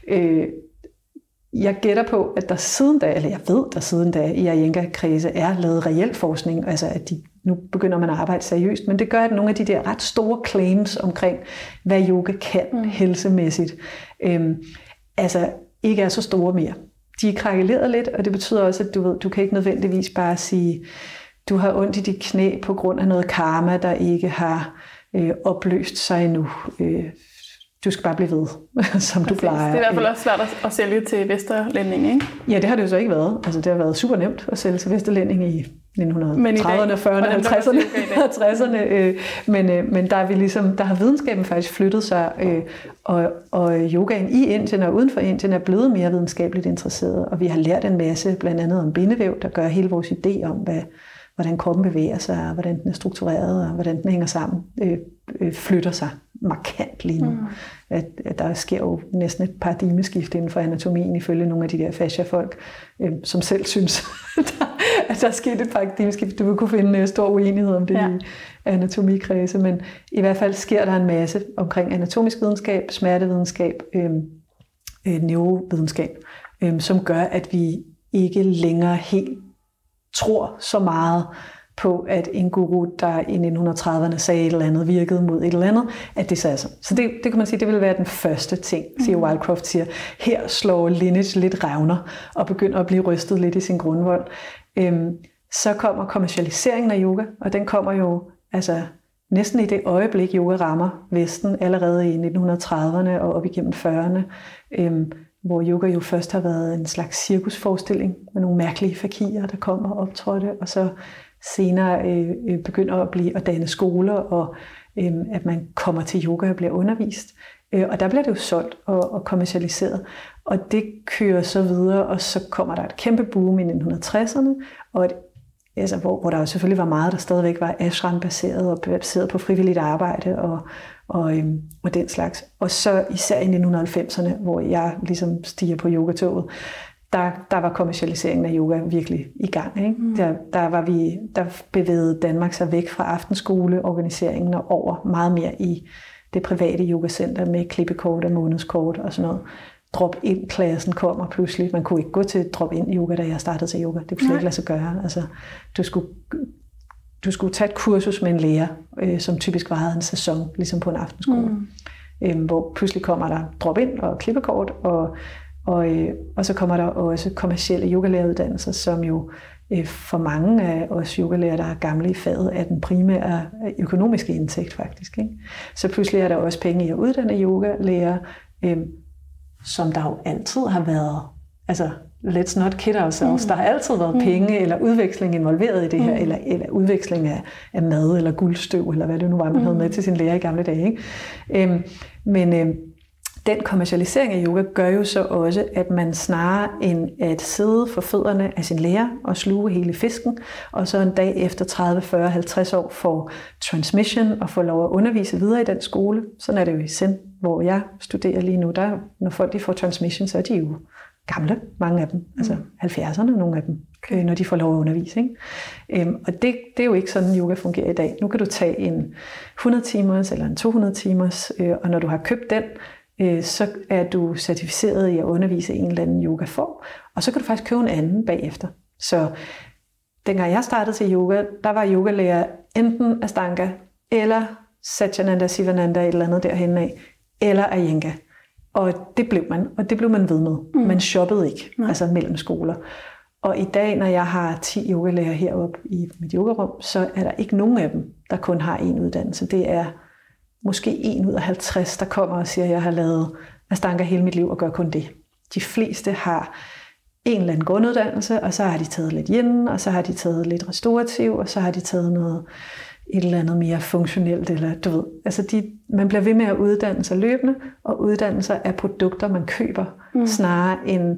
jeg gætter på, at der siden da, eller jeg ved, der siden da i Iyengar-kredse er lavet reel forskning, altså at nu begynder man at arbejde seriøst, men det gør, at nogle af de der ret store claims omkring, hvad yoga kan helsemæssigt, ikke er så store mere. De er krakeleret lidt, og det betyder også, at du kan ikke nødvendigvis bare sige, du har ondt i dit knæ på grund af noget karma, der ikke har opløst sig endnu. Du skal bare blive ved, som du plejer. Det er i hvert fald også svært at sælge til vesterlænding, ikke? Ja, det har det jo så ikke været. Altså, det har været super nemt at sælge til vesterlænding i 1930'erne, 40'erne, 50'erne og 60'erne. Men der har videnskaben faktisk flyttet sig, og yogaen i Indien og uden for Indien er blevet mere videnskabeligt interesseret. Og vi har lært en masse, blandt andet om bindevæv, der gør hele vores idé om, hvordan kroppen bevæger sig, og hvordan den er struktureret, og hvordan den hænger sammen, flytter sig markant lige nu. At der sker jo næsten et paradigmeskift inden for anatomien, ifølge nogle af de der fascia-folk, som selv synes, at der er sket et paradigmeskift. Du vil kunne finde stor uenighed om det i anatomikredse, men i hvert fald sker der en masse omkring anatomisk videnskab, smertevidenskab, neurovidenskab, som gør, at vi ikke længere helt tror så meget på, at en guru, der i 1930'erne sagde et eller andet, virkede mod et eller andet, at det så er sådan. Så det kan man sige, det vil være den første ting, siger Wildcroft siger. Her slår Lineage lidt revner og begynder at blive rystet lidt i sin grundvold. Så kommer kommercialiseringen af yoga, og den kommer jo altså næsten i det øjeblik, yoga rammer Vesten, allerede i 1930'erne og op igennem 40'erne, hvor yoga jo først har været en slags cirkusforestilling med nogle mærkelige fakirer, der kommer og optrådte, og så senere begynder at danne skoler, og at man kommer til yoga og bliver undervist. Og der bliver det jo solgt og kommercialiseret, og det kører så videre, og så kommer der et kæmpe boom i 1960'erne, og hvor der jo selvfølgelig var meget, der stadigvæk var ashram-baseret og baseret på frivilligt arbejde og den slags. Og så især i 1990'erne, hvor jeg ligesom stiger på yogatoget, der var kommercialiseringen af yoga virkelig i gang. Ikke? Der bevægede Danmark sig væk fra aftenskoleorganiseringen og over meget mere i det private yogacenter med klippekort og månedskort og sådan noget. Drop-in-klassen kommer pludselig. Man kunne ikke gå til drop-in-yoga, da jeg startede til yoga. Det kunne slet ikke lade sig gøre. Altså, du skulle tage et kursus med en lærer, som typisk varede en sæson, ligesom på en aftenskole. Hvor pludselig kommer der drop-in og klippekort, og så kommer der også kommercielle yogalæreruddannelser, som jo for mange af os yogalærere, der er gamle i faget, er den primære økonomiske indtægt faktisk. Ikke? Så pludselig er der også penge i at uddanne yogalærer, som der jo altid har været. Altså, let's not kid ourselves. Der har altid været penge eller udveksling involveret i det her, eller udveksling af mad eller guldstøv, eller hvad det nu var, man havde med til sin lærer i gamle dage. Ikke? Men den kommercialisering af yoga gør jo så også, at man snarere end at sidde for fødderne af sin lærer og sluge hele fisken, og så en dag efter 30, 40, 50 år får transmission og får lov at undervise videre i den skole. Sådan er det jo i Zen, hvor jeg studerer lige nu. Der, når folk de får transmission, så er de jo gamle, mange af dem, altså 70'erne, nogle af dem, når de får lov at undervise. Ikke? Og det er jo ikke sådan, yoga fungerer i dag. Nu kan du tage en 100 timers eller en 200 timers, og når du har købt den, så er du certificeret i at undervise en eller anden yogaform, og så kan du faktisk købe en anden bagefter. Så dengang jeg startede til yoga, der var yogalærer enten Ashtanga, eller Satyananda, Sivananda, et eller andet derhen af, eller Iyengar. Og det blev man ved med. Man shoppede ikke, altså mellem skoler. Og i dag, når jeg har 10 yogalærer heroppe i mit yogarum, så er der ikke nogen af dem, der kun har en uddannelse. Det er måske 1 ud af 50, der kommer og siger, at jeg har lavet Ashtanga hele mit liv og gør kun det. De fleste har en eller anden grunduddannelse, og så har de taget lidt yin, og så har de taget lidt restaurativ, og så har de taget noget et eller andet mere funktionelt, eller du ved. Altså man bliver ved med at uddanne sig løbende, og uddannelser er produkter, man køber, snarere end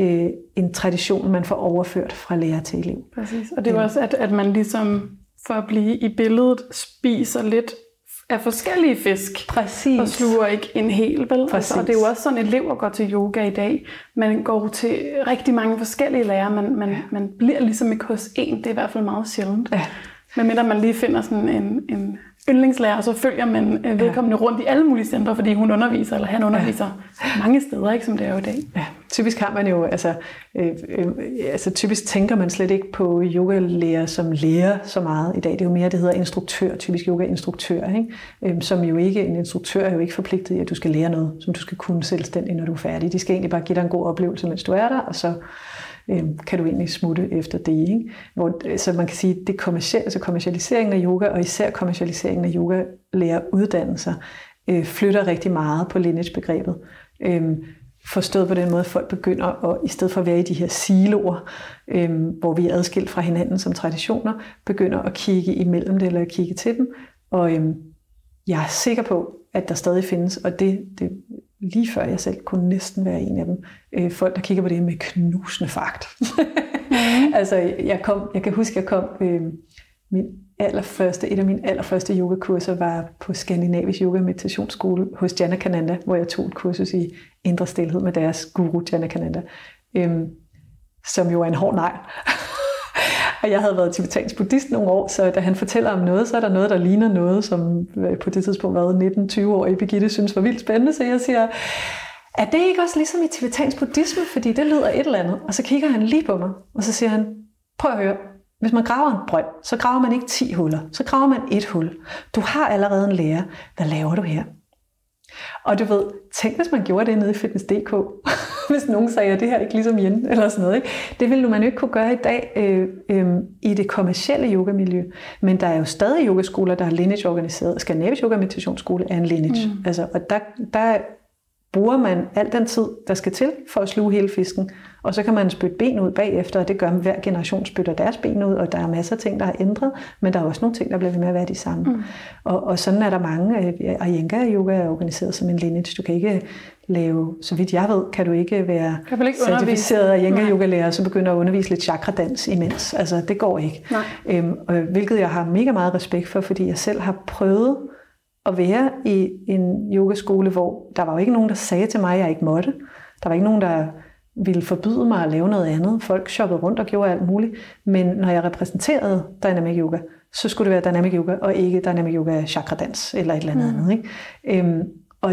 en tradition, man får overført fra lærer til elev. Præcis, og det er også, at man ligesom, for at blive i billedet, spiser lidt af forskellige fisk. Præcis. Og sluger ikke en hel, vel? Altså, og det er jo også sådan, et elever går til yoga i dag. Man går til rigtig mange forskellige lærere. Man bliver ligesom ikke hos én. Det er i hvert fald meget sjældent. Ja. Medmindre man lige finder sådan en yndlingslærer, og så følger man vedkommende rundt i alle mulige centre, fordi hun underviser, eller han underviser mange steder, ikke, som det er jo i dag. Ja. Typisk har man jo, typisk tænker man slet ikke på yogalærer som lærer så meget i dag. Det er jo mere, det hedder instruktør, typisk yoga-instruktør, ikke? Som jo ikke, en instruktør er jo ikke forpligtet i, at du skal lære noget, som du skal kunne selvstændigt, når du er færdig. De skal egentlig bare give dig en god oplevelse, mens du er der, og så kan du egentlig smutte efter det. Ikke? Så man kan sige, at det kommercialiseringen af yoga, og især kommercialiseringen af yogalæreruddannelser, flytter rigtig meget på lineage-begrebet. Forstået på den måde, at folk begynder at, i stedet for at være i de her siloer, hvor vi er adskilt fra hinanden som traditioner, begynder at kigge imellem det, eller kigge til dem. Og jeg er sikker på, at der stadig findes, og det lige før jeg selv kunne næsten være en af dem, folk, der kigger på det med knusende fakt. Altså, jeg kan huske, jeg kom, et af mine allerførste yogakurser var på Skandinavisk Yoga Meditationsskole hos Janakananda, hvor jeg tog et kursus i indre stilhed med deres guru Janakananda, som jo er en hård negl. Og jeg havde været tibetansk buddhist nogle år, så da han fortæller om noget, så er der noget, der ligner noget, som på det tidspunkt var 19-20-årige Birgitte synes var vildt spændende. Så jeg siger, er det ikke også ligesom i tibetansk buddhisme? Fordi det lyder et eller andet. Og så kigger han lige på mig, og så siger han, prøv at høre, Hvis man graver en brønd, så graver man ikke 10 huller, så graver man 1 hul. Du har allerede en lærer. Hvad laver du her? Og du ved, tænk hvis man gjorde det nede i Fitness.dk, hvis nogen sagde, at det her er ikke ligesom Jen, eller sådan noget. Ikke? Det ville man jo ikke kunne gøre i dag i det kommercielle yogamiljø. Men der er jo stadig yogaskoler, der er lineage-organiseret. Skandinavisk Yoga Meditationsskole er en lineage. Altså, og der bruger man al den tid, der skal til for at sluge hele fisken. Og så kan man spytte ben ud bagefter, og det gør hver generation spytter deres ben ud, og der er masser af ting, der har ændret, men der er også nogle ting, der bliver ved med at være de samme. Og sådan er der mange. Iyengar-yoga er organiseret som en lineage. Du kan ikke lave, så vidt jeg ved, kan du ikke være certificeret Iyengar-yoga-lærer, og så begynde at undervise lidt chakradans imens. Altså, det går ikke. Hvilket jeg har mega meget respekt for, fordi jeg selv har prøvet at være i en yogaskole, hvor der var jo ikke nogen, der sagde til mig, at jeg ikke måtte. Der var ikke nogen, der ville forbyde mig at lave noget andet. Folk shoppede rundt og gjorde alt muligt. Men når jeg repræsenterede Dynamic Yoga, så skulle det være Dynamic Yoga, og ikke Dynamic Yoga chakradans eller et eller andet. Ikke?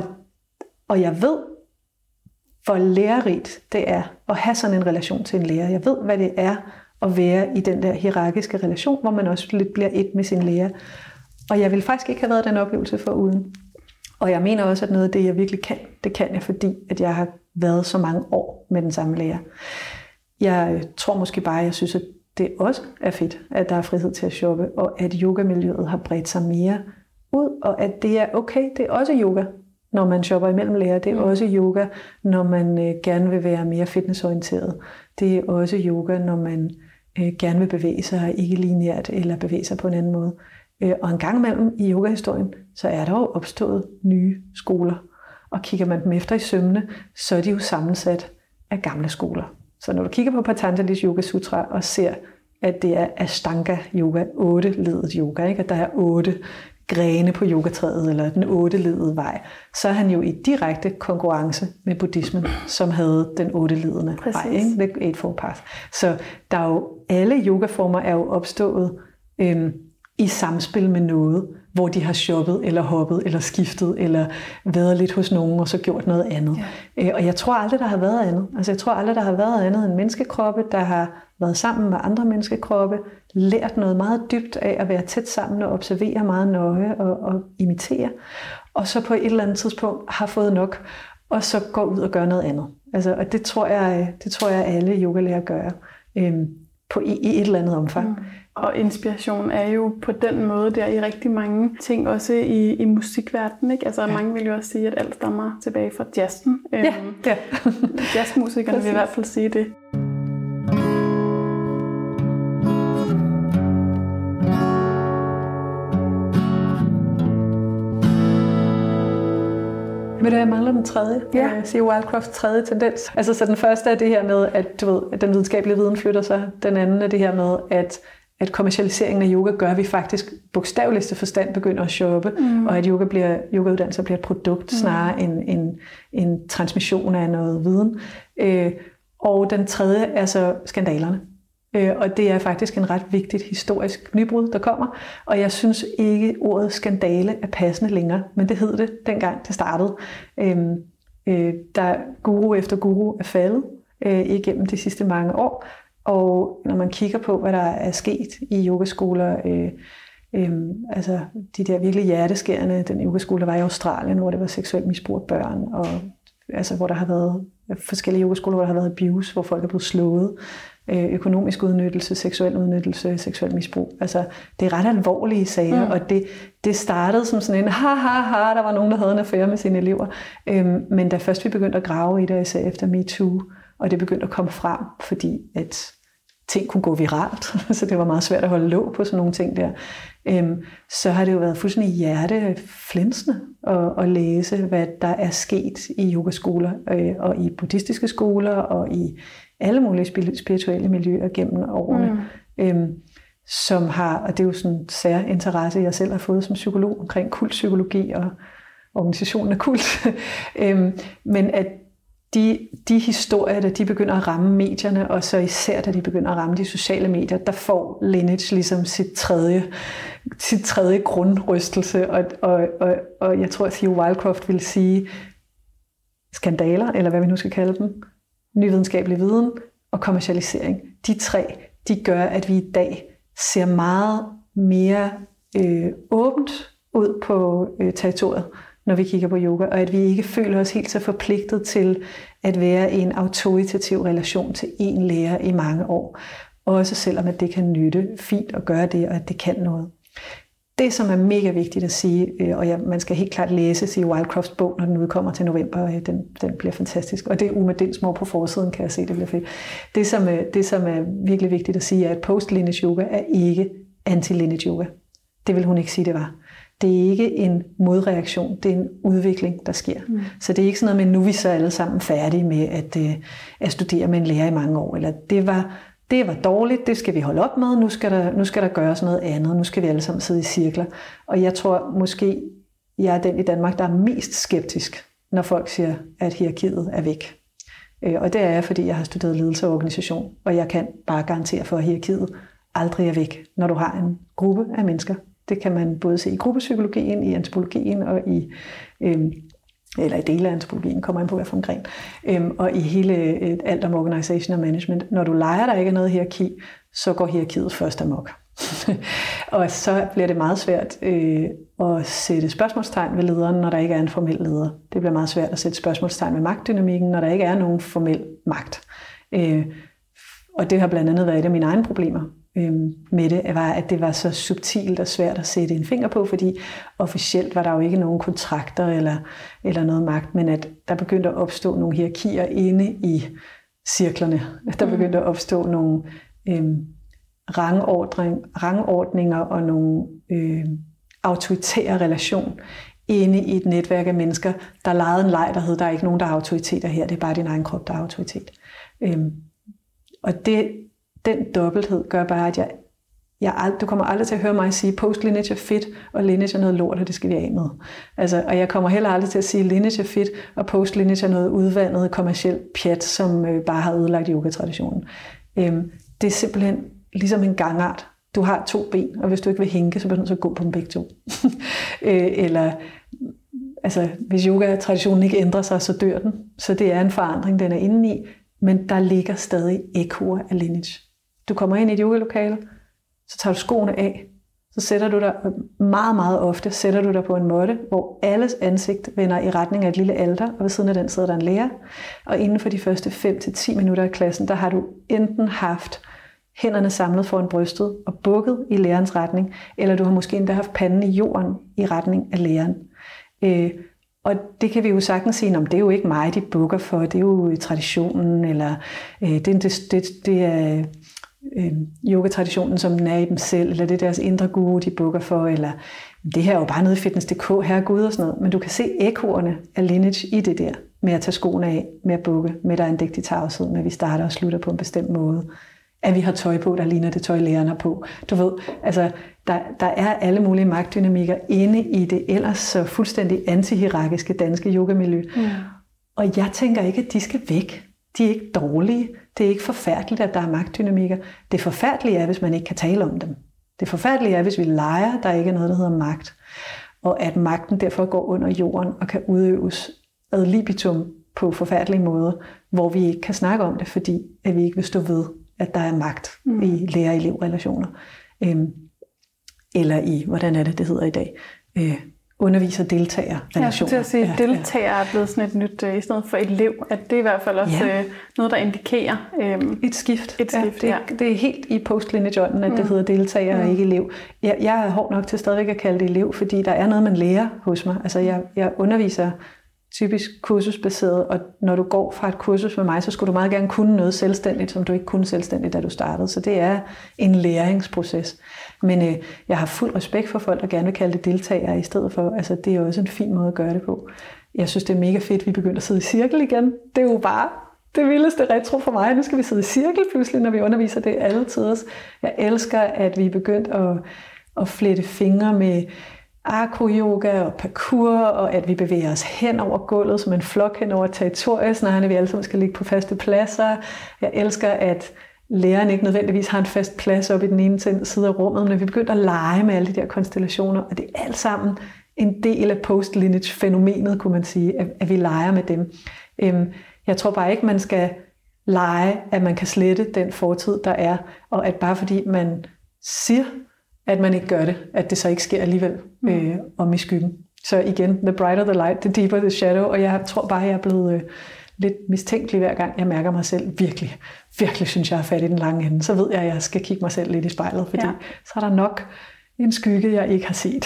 Og jeg ved, hvor lærerigt det er at have sådan en relation til en lærer. Jeg ved, hvad det er at være i den der hierarkiske relation, hvor man også lidt bliver et med sin lærer. Og jeg ville faktisk ikke have været den oplevelse foruden. Og jeg mener også, at noget af det, jeg virkelig kan, det kan jeg, fordi at jeg har været så mange år med den samme lærer. Jeg tror måske bare, at jeg synes, at det også er fedt, at der er frihed til at shoppe, og at yogamiljøet har bredt sig mere ud, og at det er okay, det er også yoga, når man shopper imellem lærer. Det er også yoga, når man gerne vil være mere fitnessorienteret. Det er også yoga, når man gerne vil bevæge sig ikke lineært, eller bevæge sig på en anden måde. Og en gang imellem i yogahistorien, så er der jo opstået nye skoler. Og kigger man dem efter i sømmene, så er de jo sammensat af gamle skoler. Så når du kigger på Patanjali's Yoga Sutra og ser, at det er Ashtanga yoga, 8-ledet yoga, ikke? At der er 8 grene på yogatræet, eller den 8-ledede vej, så er han jo i direkte konkurrence med buddhismen, som havde den 8-ledende vej, ikke? The Eightfold Path. Så der er jo, alle yogaformer er jo opstået i samspil med noget, hvor de har shoppet, eller hoppet, eller skiftet, eller været lidt hos nogen, og så gjort noget andet. Ja. Og jeg tror aldrig, der har været andet. Altså jeg tror aldrig, der har været andet end menneskekroppe, der har været sammen med andre menneskekroppe, lært noget meget dybt af at være tæt sammen og observere meget nøje og imitere. Og så på et eller andet tidspunkt har fået nok, og så går ud og gør noget andet. Altså, og det tror jeg alle yogalærere gør i et eller andet omfang. Og inspiration er jo på den måde der i rigtig mange ting, også i musikverdenen, ikke? Altså mange vil jo også sige, at alt stammer tilbage fra jazzen. Jazzmusikerne vil i hvert fald sige det. Men jeg mangler den tredje. Jeg siger Wildcrofts tredje tendens. Altså så den første er det her med, at du ved, at den videnskabelige viden flytter sig. Den anden er det her med, at kommercialiseringen af yoga gør, at vi faktisk bogstaveligste forstand begynder at shoppe, og at yogauddannelser bliver et produkt snarere end en transmission af noget viden. Og den tredje er så skandalerne. Og det er faktisk en ret vigtigt historisk nybrud, der kommer. Og jeg synes ikke, ordet skandale er passende længere, men det hed det dengang det startede. Der guru efter guru er faldet igennem de sidste mange år. Og når man kigger på, hvad der er sket i yogaskoler, altså de der virkelig hjerteskærende, den yogaskole, der var i Australien, hvor det var seksuelt misbrug af børn, og altså hvor der har været forskellige yogaskoler, hvor der har været abuse, hvor folk er blevet slået, økonomisk udnyttelse, seksuel udnyttelse, seksuel misbrug. Altså det er ret alvorlige sager, og det startede som sådan en der var nogen, der havde en affære med sine elever. Men da først vi begyndte at grave i det, især efter MeToo, og det begyndte at komme frem, fordi at ting kunne gå viralt, så det var meget svært at holde låg på sådan nogle ting der. Så har det jo været fuldstændig hjerteflænsende at læse, hvad der er sket i yogaskoler, og i buddhistiske skoler, og i alle mulige spirituelle miljøer gennem årene. Som har, og det er jo sådan en sær interesse, jeg selv har fået som psykolog omkring kultpsykologi og organisationen af kult. Men at de historier, da de begynder at ramme medierne, og så især da de begynder at ramme de sociale medier, der får lineage ligesom sit tredje grundrystelse. Og jeg tror, at Theo Wildcroft vil sige skandaler, eller hvad vi nu skal kalde dem, ny videnskabelig viden og kommercialisering. De tre, de gør, at vi i dag ser meget mere åbent ud på territoriet, når vi kigger på yoga, og at vi ikke føler os helt så forpligtet til at være i en autoritativ relation til én lærer i mange år. Også selvom at det kan nytte fint at gøre det, og at det kan noget. Det, som er mega vigtigt at sige, og man skal helt klart læse Signe Wildcrofts bog, når den udkommer til november, den bliver fantastisk. Og det er Uma Dinsmore på forsiden, kan jeg se, det bliver fedt. Det, som er virkelig vigtigt at sige, er, at post-lineage yoga er ikke anti-lineage yoga. Det vil hun ikke sige, det var. Det er ikke en modreaktion, det er en udvikling, der sker. Så det er ikke sådan noget med, nu er vi så alle sammen færdige med at studere med en lærer i mange år, eller det var dårligt, det skal vi holde op med, nu skal der gøres noget andet, nu skal vi alle sammen sidde i cirkler. Og jeg tror måske, jeg er den i Danmark, der er mest skeptisk, når folk siger, at hierarkiet er væk. Og det er jeg, fordi jeg har studeret ledelse og organisation, og jeg kan bare garantere for, at hierarkiet aldrig er væk, når du har en gruppe af mennesker. Det kan man både se i gruppepsykologien, i antropologien og eller i dele af antropologien, kommer ind på hver for en gren, og i hele alt om organisation og management. Når du leger, der ikke er noget hierarki, så går hierarkiet først amok. Og så bliver det meget svært at sætte spørgsmålstegn ved lederen, når der ikke er en formel leder. Det bliver meget svært at sætte spørgsmålstegn ved magtdynamikken, når der ikke er nogen formel magt. Og det har blandt andet været et af mine egne problemer med det, var, at det var så subtilt og svært at sætte en finger på, fordi officielt var der jo ikke nogen kontrakter eller noget magt, men at der begyndte at opstå nogle hierarkier inde i cirklerne. Der begyndte at opstå nogle rangordninger og nogle autoritære relationer inde i et netværk af mennesker, der legede en leg, der hed, der er ikke nogen, der er autoriteter her, det er bare din egen krop, der er autoritet. Og den dobbelthed gør bare, at du kommer aldrig til at høre mig sige, post-lineage er fedt, og lineage er noget lort, og det skal vi af med. Altså, og jeg kommer heller aldrig til at sige, lineage er fedt, og post-lineage er noget udvandet kommercielt pjat, som bare har ødelagt yogatraditionen. Det er simpelthen ligesom en gangart. Du har 2 ben, og hvis du ikke vil hænke, så bliver du nødt til at gå på dem begge 2. Hvis yogatraditionen ikke ændrer sig, så dør den. Så det er en forandring, den er inde i, men der ligger stadig ekkoer af lineage. Du kommer ind i et yogalokale, så tager du skoene af, så sætter du dig meget, meget ofte sætter du dig på en måtte, hvor alles ansigt vender i retning af et lille alter, og ved siden af den sidder der en lærer. Og inden for de første 5-10 minutter af klassen, der har du enten haft hænderne samlet foran brystet og bukket i lærerens retning, eller du har måske endda haft panden i jorden i retning af læreren. Og det kan vi jo sagtens sige, det er jo ikke mig, de bukker for, det er jo traditionen, eller det er yogatraditionen, som den er i dem selv, eller det er deres indre guru, de bukker for, eller det her er jo bare noget i Fitness.dk, herregud og sådan noget. Men du kan se ekkoerne af lineage i det der, med at tage skoene af, med at bukke, med at der er en dægtig tavshed, med at vi starter og slutter på en bestemt måde. At vi har tøj på, der ligner det tøj, læreren har på. Du ved, altså, der er alle mulige magtdynamikker inde i det ellers så fuldstændig antihierarkiske danske yogamiljø. Og jeg tænker ikke, at de skal væk. De er ikke dårlige. Det er ikke forfærdeligt, at der er magtdynamikker. Det forfærdelige er, hvis man ikke kan tale om dem. Det forfærdelige er, hvis vi leger, der ikke er noget, der hedder magt. Og at magten derfor går under jorden og kan udøves ad libitum på forfærdelige måder, hvor vi ikke kan snakke om det, fordi at vi ikke vil stå ved, at der er magt i lærer-elev-relationer. Eller i, hvordan er det hedder i dag, underviser-deltager-relationer. Jeg skulle til at sige, at deltager er blevet sådan et nyt, i stedet for elev, at det er i hvert fald også noget, der indikerer et skift. Det er helt i post-lineage-ånden, at det hedder deltager og ikke elev. Jeg er hård nok til stadigvæk at kalde det elev, fordi der er noget, man lærer hos mig. Altså, jeg underviser typisk kursusbaseret, og når du går fra et kursus med mig, så skulle du meget gerne kunne noget selvstændigt, som du ikke kunne selvstændigt, da du startede. Så det er en læringsproces. Men jeg har fuld respekt for folk, der gerne vil kalde det deltagere i stedet for. Altså, det er også en fin måde at gøre det på. Jeg synes, det er mega fedt, at vi begynder at sidde i cirkel igen. Det er jo bare det vildeste retro for mig. Nu skal vi sidde i cirkel pludselig, når vi underviser det alle tider. Jeg elsker, at vi er begyndt at flette fingre med acro-yoga og parkour, og at vi bevæger os hen over gulvet som en flok hen over territoriet, snarere end vi alle sammen skal ligge på faste pladser. Jeg elsker, at læreren ikke nødvendigvis har en fast plads oppe i den ene side af rummet, men vi begynder at lege med alle de der konstellationer, og det er alt sammen en del af post-lineage-fænomenet, kunne man sige, at vi leger med dem. Jeg tror bare ikke, man skal lege, at man kan slette den fortid, der er, og at bare fordi man siger, at man ikke gør det, at det så ikke sker alligevel om i skyggen. Så igen, the brighter the light, the deeper the shadow, og jeg tror bare, jeg er blevet lidt mistænkelig hver gang, jeg mærker mig selv virkelig synes, jeg har fat i den lange ende. Så ved jeg, at jeg skal kigge mig selv lidt i spejlet, fordi så er der nok en skygge, jeg ikke har set.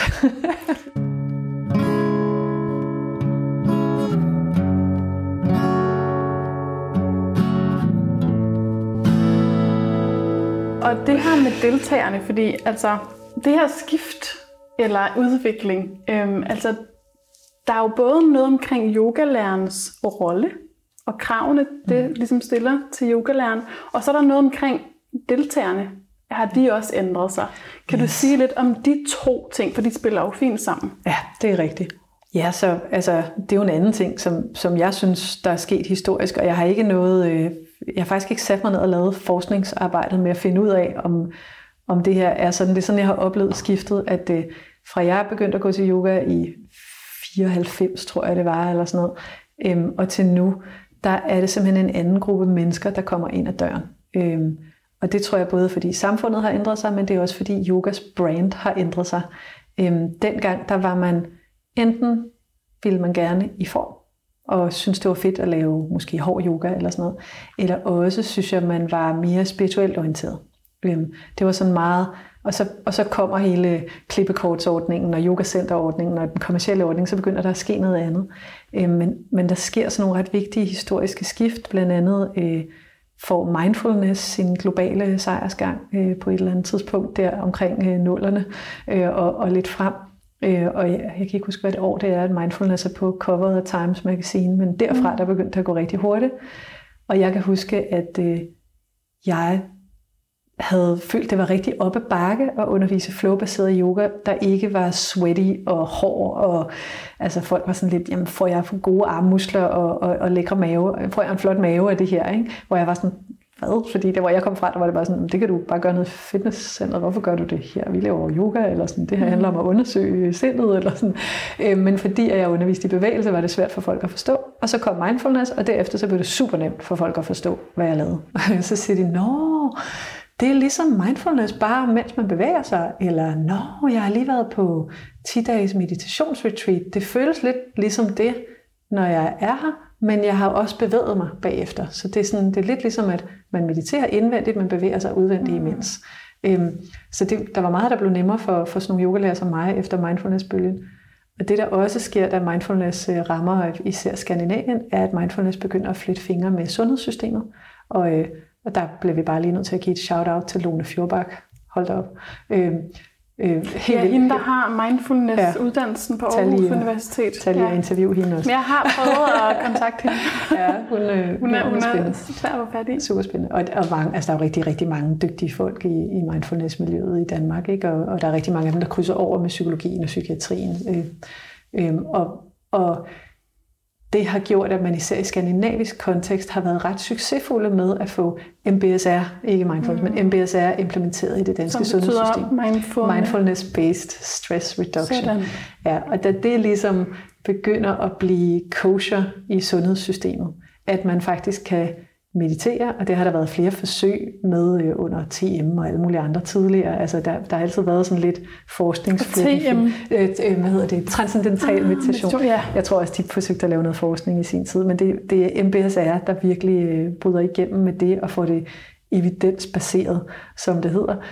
Og det her med deltagerne, fordi altså, det her skift eller udvikling, altså, der er jo både noget omkring yogalærernes rolle og kravene, det ligesom stiller til yogalæreren, og så er der noget omkring deltagerne. Har de også ændret sig? Kan du sige lidt om de to ting, for de spiller jo fint sammen? Ja, det er rigtigt. Ja, så altså, det er jo en anden ting, som jeg synes, der er sket historisk, og jeg har ikke noget, jeg har faktisk ikke sat mig ned og lavet forskningsarbejdet med at finde ud af, om det her er sådan. Det er sådan, jeg har oplevet skiftet, at fra jeg begyndte at gå til yoga i 94, tror jeg det var, eller sådan noget, og til nu, der er det simpelthen en anden gruppe mennesker, der kommer ind ad døren. Og det tror jeg både fordi samfundet har ændret sig, men det er også fordi yogas brand har ændret sig. Dengang, der var man enten ville man gerne i form, og synes det var fedt at lave måske hård yoga eller sådan noget, eller også synes jeg, man var mere spirituelt orienteret. Det var sådan meget, og så kommer hele klippekortsordningen og yogacenterordningen og den kommercielle ordning, så begynder der at ske noget andet. Men der sker sådan nogle ret vigtige historiske skift, blandt andet får mindfulness sin globale sejrsgang på et eller andet tidspunkt der omkring nullerne og lidt frem. Og jeg kan ikke huske, hvad det år det er, at mindfulness er på coveret af Times Magazine, men derfra der begyndte det at gå rigtig hurtigt. Og jeg kan huske, at jeg havde følt, det var rigtig op ad bakke at undervise flow-baseret yoga, der ikke var sweaty og hård, og altså folk var sådan lidt, jamen får jeg gode armmuskler og lækre mave, får jeg en flot mave af det her, ikke? Hvor jeg var sådan, hvad? Fordi der hvor jeg kom fra, der var det bare sådan, det kan du bare gøre noget i fitnesscenteret, hvorfor gør du det her? Vi laver yoga, eller sådan, det her handler om at undersøge sindet, eller sådan. Men fordi jeg underviste i bevægelse, var det svært for folk at forstå. Og så kom mindfulness, og derefter så blev det super nemt for folk at forstå, hvad jeg lavede. Så siger de, nå, det er ligesom mindfulness, bare mens man bevæger sig, eller nå, jeg har lige været på 10-dages meditationsretreat. Det føles lidt ligesom det, når jeg er her, men jeg har også bevæget mig bagefter. Så det er lidt ligesom, at man mediterer indvendigt, men bevæger sig udvendigt imens. Så der var meget, der blev nemmere for sådan nogle yogalærer som mig efter mindfulness-bølgen. Og det, der også sker, da mindfulness rammer især Skandinavien, er, at mindfulness begynder at flytte fingre med sundhedssystemet. Og der blev vi bare lige nødt til at give et shout-out til Lone Fjordbak. Hold da op. Hende, der har mindfulness-uddannelsen på Aarhus Universitet. Tag lige og interview hende også. Men jeg har prøvet at kontakte hende. Ja, hun er svær at fat i. Super spændende. Og mange, altså der er jo rigtig, rigtig mange dygtige folk i mindfulness-miljøet i Danmark, ikke? Og der er rigtig mange af dem, der krydser over med psykologien og psykiatrien. Og det har gjort, at man især i skandinavisk kontekst har været ret succesfulde med at få MBSR, ikke mindfulness, men MBSR implementeret i det danske sundhedssystem. Mindfulness-based stress reduction. Sådan. Ja, og da det ligesom begynder at blive kosher i sundhedssystemet, at man faktisk kan meditere, og det har der været flere forsøg med under TM og alle mulige andre tidligere. Altså der har altid været sådan lidt transcendental meditation. Ja. Jeg tror også, de forsøgte at lave noget forskning i sin tid, men det er MBSR, der virkelig bryder igennem med det og får det evidensbaseret, som det hedder,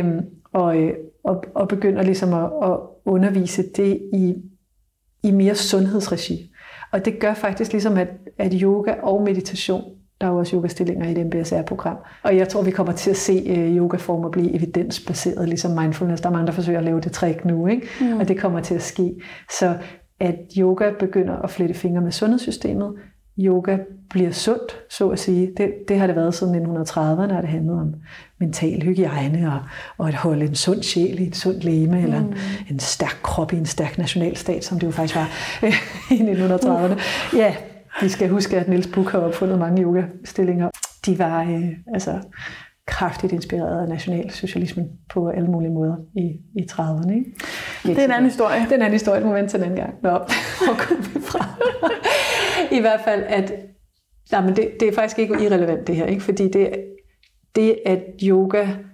og begynder ligesom at undervise det i mere sundhedsregi. Og det gør faktisk ligesom, at yoga og meditation, der er jo også yogastillinger i et MBSR-program. Og jeg tror, vi kommer til at se yogaformer blive evidensbaseret, ligesom mindfulness. Der er mange, der forsøger at lave det trick nu, ikke? Og det kommer til at ske. Så at yoga begynder at flette fingre med sundhedssystemet. Yoga bliver sundt, så at sige. Det har det været siden 1930'erne, når det handlede om mental hygiejne og at holde en sund sjæl i et sundt legeme, eller en stærk krop i en stærk nationalstat, som det jo faktisk var i 1930'erne. Ja, vi skal huske, at Niels Buch har opfundet mange yogastillinger. De var kraftigt inspireret af nationalsocialismen på alle mulige måder i 30'erne. Ikke? Det er en anden historie. Det er en anden historie, det må vente til en anden gang. Nå, hvor kom vi fra? I hvert fald, men det er faktisk ikke irrelevant det her, ikke? Fordi det at yoga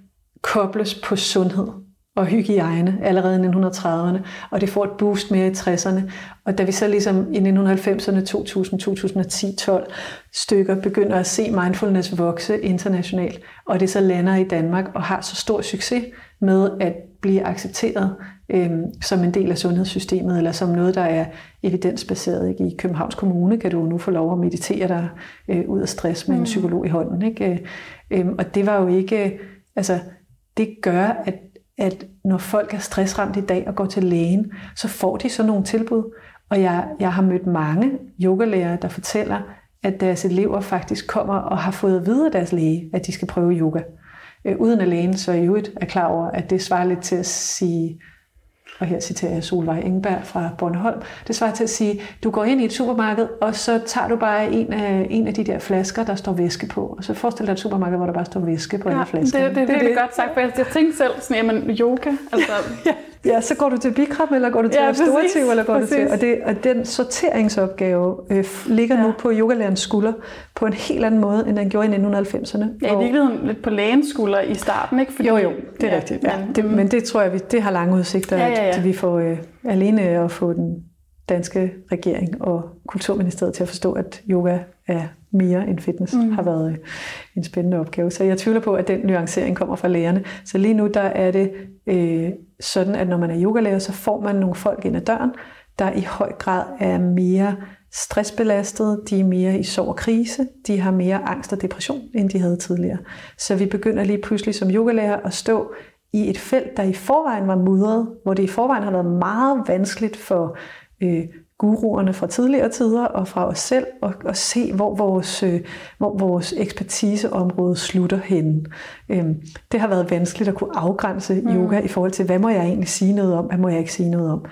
kobles på sundhed og hygiejne allerede i 1930'erne, og det får et boost mere i 60'erne. Og da vi så ligesom i 1990'erne, 2000, 2010, 12 stykker begynder at se mindfulness vokse internationalt, og det så lander i Danmark og har så stor succes med at blive accepteret som en del af sundhedssystemet, eller som noget, der er evidensbaseret. Ikke? I Københavns Kommune kan du nu få lov at meditere dig ud af stress med en psykolog i hånden. Ikke? Og det var jo ikke... Altså, det gør, at når folk er stressramt i dag og går til lægen, så får de sådan nogle tilbud. Og jeg har mødt mange yogalærere, der fortæller, at deres elever faktisk kommer og har fået at vide af deres læge, at de skal prøve yoga. Uden at lægen så i øvrigt er klar over, at det svarer lidt til at sige, og her citerer jeg Solvej Engberg fra Bornholm, det svarer til at sige, du går ind i et supermarked, og så tager du bare en af de der flasker, der står væske på. Og så forestil dig et supermarked, hvor der bare står væske på alle flasker. Det er virkelig godt sagt, for jeg tænkte selv sådan, jamen yoga, altså... Ja, så går du til Bikram, eller går du til Restorativ, eller går du til... Og den sorteringsopgave ligger nu på yogalærens skulder på en helt anden måde, end den gjorde i 1990'erne. Ja, i virkeligheden lidt på lægens skulder i starten, ikke? Fordi, jo, det er rigtigt. Ja. Men det tror jeg, det har lange udsigter, at vi får alene at få den danske regering og Kulturministeriet til at forstå, at yoga er mere end fitness, har været en spændende opgave. Så jeg tvivler på, at den nuancering kommer fra lægerne. Så lige nu der er det sådan, at når man er yogalærer, så får man nogle folk ind ad døren, der i høj grad er mere stressbelastede, de er mere i sorg og krise, de har mere angst og depression, end de havde tidligere. Så vi begynder lige pludselig som yogalærer at stå i et felt, der i forvejen var mudret, hvor det i forvejen har været meget vanskeligt for guruerne fra tidligere tider og fra os selv at se, hvor vores ekspertiseområde slutter henne. Det har været vanskeligt at kunne afgrænse yoga i forhold til, hvad må jeg egentlig sige noget om, hvad må jeg ikke sige noget om.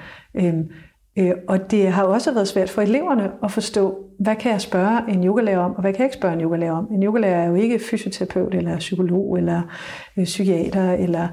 Og det har også været svært for eleverne at forstå, hvad kan jeg spørge en yogalærer om, og hvad kan jeg ikke spørge en yogalærer om. En yogalærer er jo ikke fysioterapeut, eller psykolog, eller psykiater, eller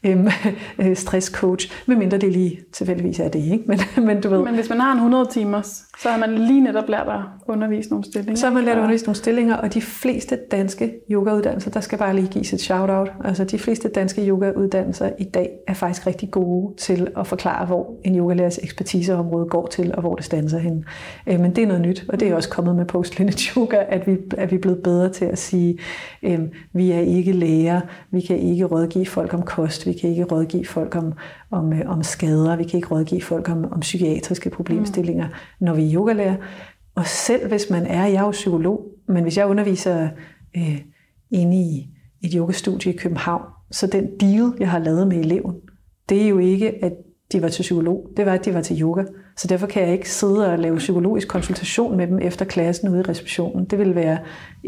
stresscoach, medmindre det lige tilfældigvis er det, ikke? Men du ved. Men hvis man har en 100 timers, så har man lige netop lært at undervise nogle stillinger. Så har man lært at undervise nogle stillinger, og de fleste danske yogauddannelser, der skal bare lige gives et shout-out. Altså de fleste danske yogauddannelser i dag er faktisk rigtig gode til at forklare, hvor en yogalærers ekspertiseområde går til, og hvor det standser henne. Men det er noget nyt, og det er også kommet med post-lineage yoga, at vi er blevet bedre til at sige, vi er ikke læger, vi kan ikke rådgive folk om kost, vi kan ikke rådgive folk om skader, vi kan ikke rådgive folk om psykiatriske problemstillinger, når vi er yogalærer. Og selv hvis jeg er jo psykolog, men hvis jeg underviser inde i et yogastudie i København, så den deal, jeg har lavet med eleven, det er jo ikke, at de var til psykolog, det var, at de var til yoga. Så derfor kan jeg ikke sidde og lave psykologisk konsultation med dem efter klassen ude i receptionen. Det vil være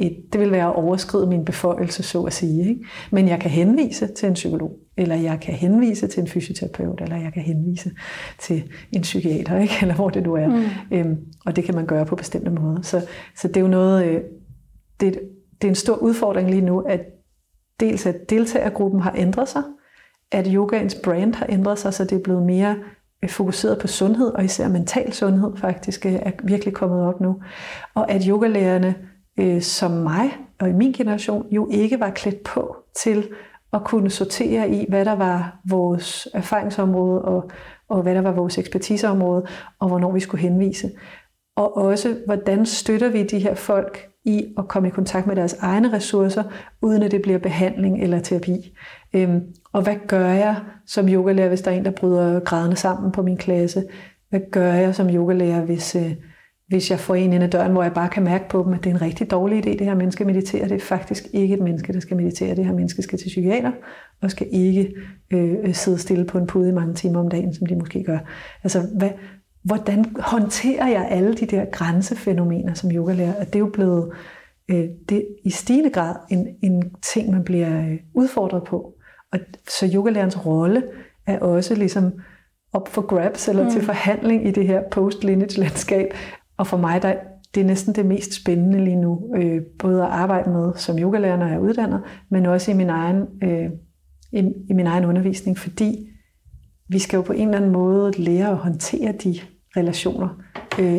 at overskride min beføjelse, så at sige. Ikke? Men jeg kan henvise til en psykolog, eller jeg kan henvise til en fysioterapeut, eller jeg kan henvise til en psykiater, ikke? Eller hvor det nu er. Og det kan man gøre på bestemte måder. Så det er jo noget, det er en stor udfordring lige nu, at dels at deltagergruppen har ændret sig, at yogaens brand har ændret sig, så det er blevet mere fokuseret på sundhed, og især mental sundhed faktisk er virkelig kommet op nu. Og at yogalærerne som mig og i min generation jo ikke var klædt på til at kunne sortere i, hvad der var vores erfaringsområde, og hvad der var vores ekspertiseområde, og hvornår vi skulle henvise. Og også, hvordan støtter vi de her folk i at komme i kontakt med deres egne ressourcer, uden at det bliver behandling eller terapi. Og hvad gør jeg som yogalærer, hvis der er en, der bryder grædende sammen på min klasse? Hvad gør jeg som yogalærer, hvis jeg får en ind ad døren, hvor jeg bare kan mærke på dem, at det er en rigtig dårlig idé, det her menneske mediterer. Det er faktisk ikke et menneske, der skal meditere. Det her menneske skal til psykiater, og skal ikke sidde stille på en pude i mange timer om dagen, som de måske gør. Altså, hvordan håndterer jeg alle de der grænsefænomener som yogalærer? Og det er jo blevet det i stigende grad en ting, man bliver udfordret på. Og så yogalærens rolle er også ligesom op for grabs eller til forhandling i det her post-lineage landskab. Og for mig, det er næsten det mest spændende lige nu, både at arbejde med som yogalærer, når jeg er uddannet, men også i min egen undervisning, fordi vi skal jo på en eller anden måde lære at håndtere de relationer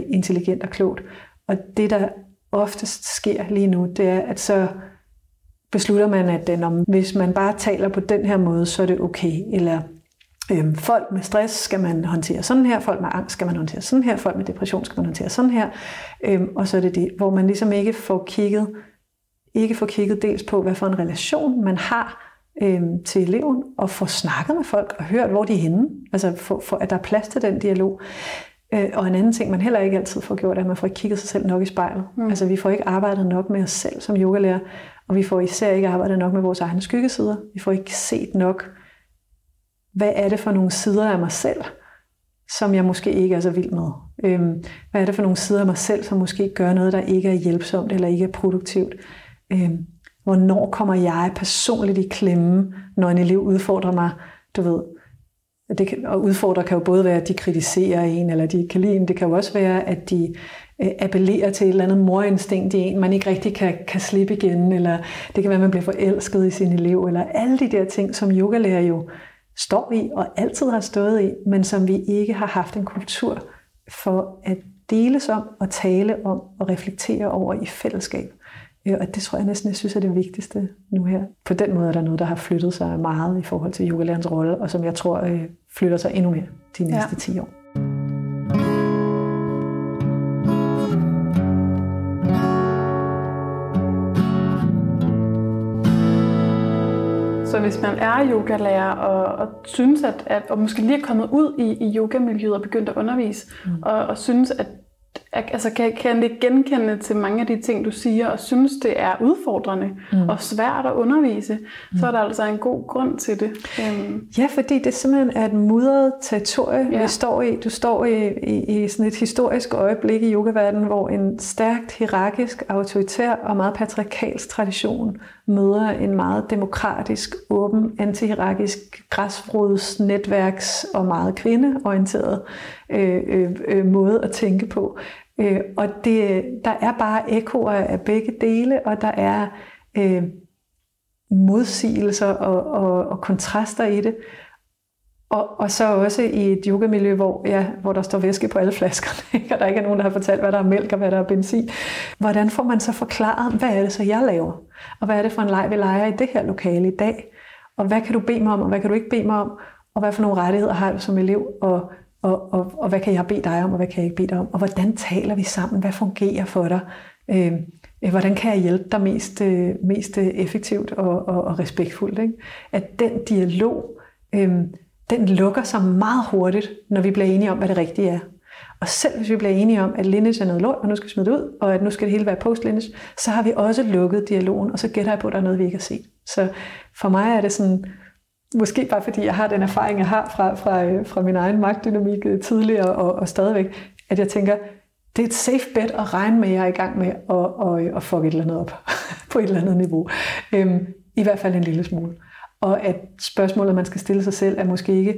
intelligent og klogt. Og det, der oftest sker lige nu, det er, at så beslutter man, at hvis man bare taler på den her måde, så er det okay. Eller folk med stress skal man håndtere sådan her, folk med angst skal man håndtere sådan her, folk med depression skal man håndtere sådan her. Og så er det det, hvor man ligesom ikke får kigget dels på, hvad for en relation man har til eleven, og får snakket med folk og hørt, hvor de er henne. Altså for at der er plads til den dialog. Og en anden ting, man heller ikke altid får gjort, er, at man får ikke kigget sig selv nok i spejlet. Altså vi får ikke arbejdet nok med os selv som yogalærer, og vi får især ikke arbejdet nok med vores egne skyggesider. Vi får ikke set nok, hvad er det for nogle sider af mig selv, som jeg måske ikke er så vild med. Hvad er det for nogle sider af mig selv, som måske gør noget, der ikke er hjælpsomt eller ikke er produktivt. Hvornår kommer jeg personligt i klemme, når en elev udfordrer mig, du ved. Og udfordrer kan jo både være, at de kritiserer en, eller de kan lide en. Det kan jo også være, at de appellerer til et eller andet morinstinkt i en, man ikke rigtig kan slippe igen, eller det kan være, at man bliver forelsket i sin elev, eller alle de der ting, som yogalærer jo står i, og altid har stået i, men som vi ikke har haft en kultur for at deles om, og tale om, og reflektere over i fællesskab. Og det tror jeg næsten, jeg synes er det vigtigste nu her. På den måde er der noget, der har flyttet sig meget i forhold til yogalærerens rolle, og som jeg tror flytter sig endnu mere de næste 10 år. Så hvis man er yogalærer og synes, og måske lige er kommet ud i yogamiljøet og begyndt at undervise, og synes, at altså kan det genkende til mange af de ting, du siger, og synes, det er udfordrende og svært at undervise, så er der altså en god grund til det. Ja, fordi det simpelthen er et mudret territorie, vi står i. Du står i sådan et historisk øjeblik i yogaverdenen, hvor en stærkt hierarkisk, autoritær og meget patriarkalsk tradition møder en meget demokratisk, åben, antihierarkisk, græsrodsnetværks og meget kvindeorienteret måde at tænke på. Og der er bare ekkoer af begge dele, og der er modsigelser og kontraster i det. Og så også i et yogamiljø, hvor der står væske på alle flaskerne, og der ikke er nogen, der har fortalt, hvad der er mælk og hvad der er benzin. Hvordan får man så forklaret, hvad er det så, jeg laver? Og hvad er det for en leg, vi leger i det her lokale i dag? Og hvad kan du bede mig om, og hvad kan du ikke bede mig om? Og hvad for nogle rettigheder har du som elev? Og hvad kan jeg bede dig om, og hvad kan jeg ikke bede dig om? Og hvordan taler vi sammen? Hvad fungerer for dig? Hvordan kan jeg hjælpe dig mest effektivt og respektfuldt? Ikke? At den dialog, den lukker sig meget hurtigt, når vi bliver enige om, hvad det rigtige er. Og selv hvis vi bliver enige om, at lineage er noget lort, og nu skal vi smide det ud, og at nu skal det hele være post-lineage, så har vi også lukket dialogen, og så gætter jeg på, at der er noget, vi ikke har set. Så for mig er det sådan, måske bare fordi jeg har den erfaring, jeg har fra min egen magtdynamik tidligere og stadigvæk, at jeg tænker, det er et safe bet at regne med, at jeg er i gang med at fuck et eller andet op på et eller andet niveau. I hvert fald en lille smule. Og at spørgsmålet, man skal stille sig selv, er måske ikke,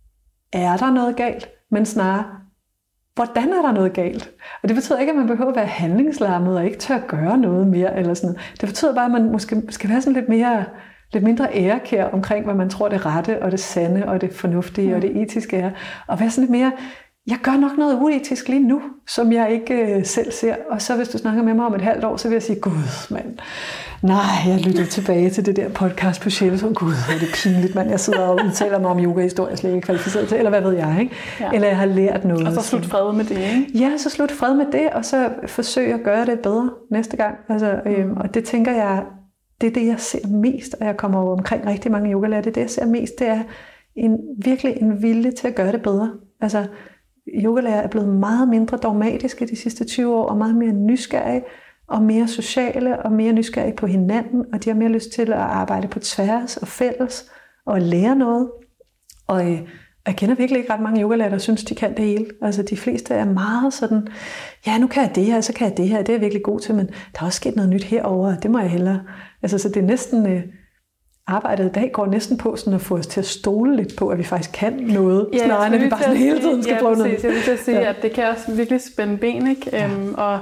er der noget galt, men snarere, hvordan er der noget galt? Og det betyder ikke, at man behøver at være handlingslammet og ikke tør at gøre noget mere. Eller sådan. Det betyder bare, at man måske skal være sådan lidt mindre ærekær omkring, hvad man tror det rette og det sande og det fornuftige og det etiske er. Og være sådan lidt mere, jeg gør nok noget uetisk lige nu, som jeg ikke selv ser. Og så hvis du snakker med mig om et halvt år, så vil jeg sige, gud mand, nej, jeg lyttede tilbage til det der podcast på Shell, så gud, er det pinligt, mand. Jeg sidder og udtaler mig om yoga-historie, jeg slet ikke er kvalificeret til, eller hvad ved jeg, ikke? Ja. Eller jeg har lært noget. Og så slut fred med det, ikke? Ja, så slut fred med det, og så forsøge at gøre det bedre næste gang. Altså, og det tænker jeg, det er det, jeg ser mest, og jeg kommer over omkring rigtig mange yogalærere, det er det, jeg ser mest, det er virkelig en vilje til at gøre det bedre. Altså, yogalærere er blevet meget mindre dogmatiske de sidste 20 år, og meget mere nysgerrige, og mere sociale, og mere nysgerrige på hinanden, og de har mere lyst til at arbejde på tværs og fælles, og lære noget. Og jeg kender virkelig ikke ret mange yogalærere, der synes, de kan det hele. Altså de fleste er meget sådan, ja, nu kan jeg det her, så kan jeg det her, det er jeg virkelig god til, men der er også sket noget nyt herovre, det må jeg hellere. Altså så det er næsten, arbejdet i dag går næsten på sådan at få os til at stole lidt på, at vi faktisk kan noget, snarere end at vi bare sådan hele tiden skal prøve noget. Jeg vil til at sige, at det kan også virkelig spænde ben, ikke? Ja. Og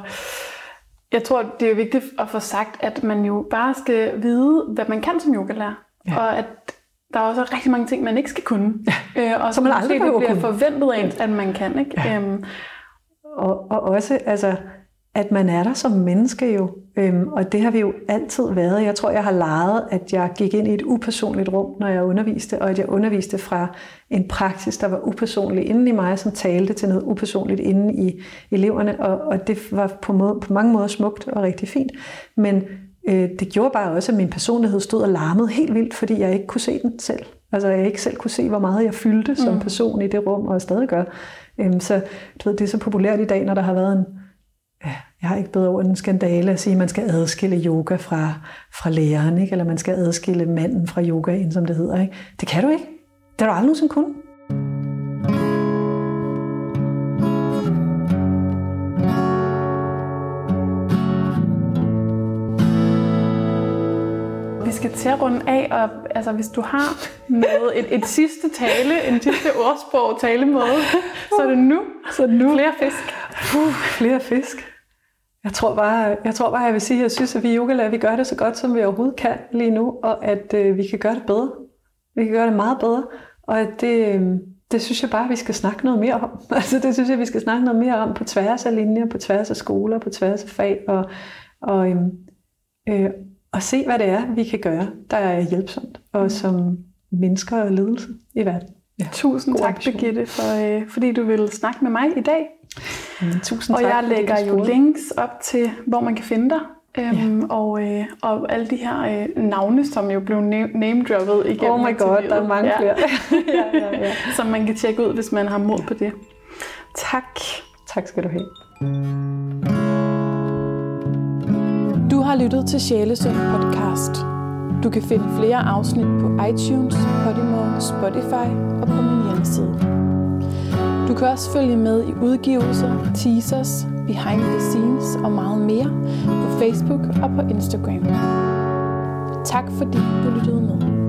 jeg tror, det er vigtigt at få sagt, at man jo bare skal vide, hvad man kan som yogalærer, og at der er også rigtig mange ting, man ikke skal kunne. Og så man aldrig bliver forventet af, at man kan. Ikke? Ja. Og også, altså, at man er der som menneske jo. Og det har vi jo altid været. Jeg tror, jeg har leget, at jeg gik ind i et upersonligt rum, når jeg underviste, og at jeg underviste fra en praksis, der var upersonlig inde i mig, som talte til noget upersonligt inde i eleverne, og det var på mange måder smukt og rigtig fint. Men det gjorde bare også, at min personlighed stod og larmede helt vildt, fordi jeg ikke kunne se den selv. Altså jeg ikke selv kunne se, hvor meget jeg fyldte som person i det rum, og stadig gør. Så du ved, det er så populært i dag, når der har været en, jeg har ikke bedre ord end en skandale at sige, at man skal adskille yoga fra læreren, ikke? Eller man skal adskille manden fra yogaen, som det hedder. Ikke? Det kan du ikke. Det har du aldrig nogensinde kunnet. Vi skal til at runde af, og altså, hvis du har noget, et sidste en sidste ordsprog talemåde, så er det nu. Flere fisk. Flere fisk. Jeg tror bare, jeg vil sige, at jeg synes, at vi i Yogalærer, vi gør det så godt, som vi overhovedet kan lige nu, og at vi kan gøre det bedre. Vi kan gøre det meget bedre, og at det synes jeg bare, vi skal snakke noget mere om. Altså det synes jeg, vi skal snakke noget mere om på tværs af linjer, på tværs af skoler, på tværs af fag, og se, hvad det er, vi kan gøre, der er hjælpsomt, og som mennesker og ledelse i verden. Ja. Tusind tak, Birgitte, fordi du ville snakke med mig i dag. Tusind tak. Og jeg lægger jo links op til, hvor man kan finde dig. Og alle de her navne, som jo blev name-droppet igennem. Oh my god, der er mange flere. Ja. Som man kan tjekke ud, hvis man har mod på det. Tak. Tak skal du have. Du har lyttet til Sjælesund podcast. Du kan finde flere afsnit på iTunes, Podimo, Spotify og på min hjemmeside. Du kan også følge med i udgivelser, teasers, behind the scenes og meget mere på Facebook og på Instagram. Tak fordi du lyttede med.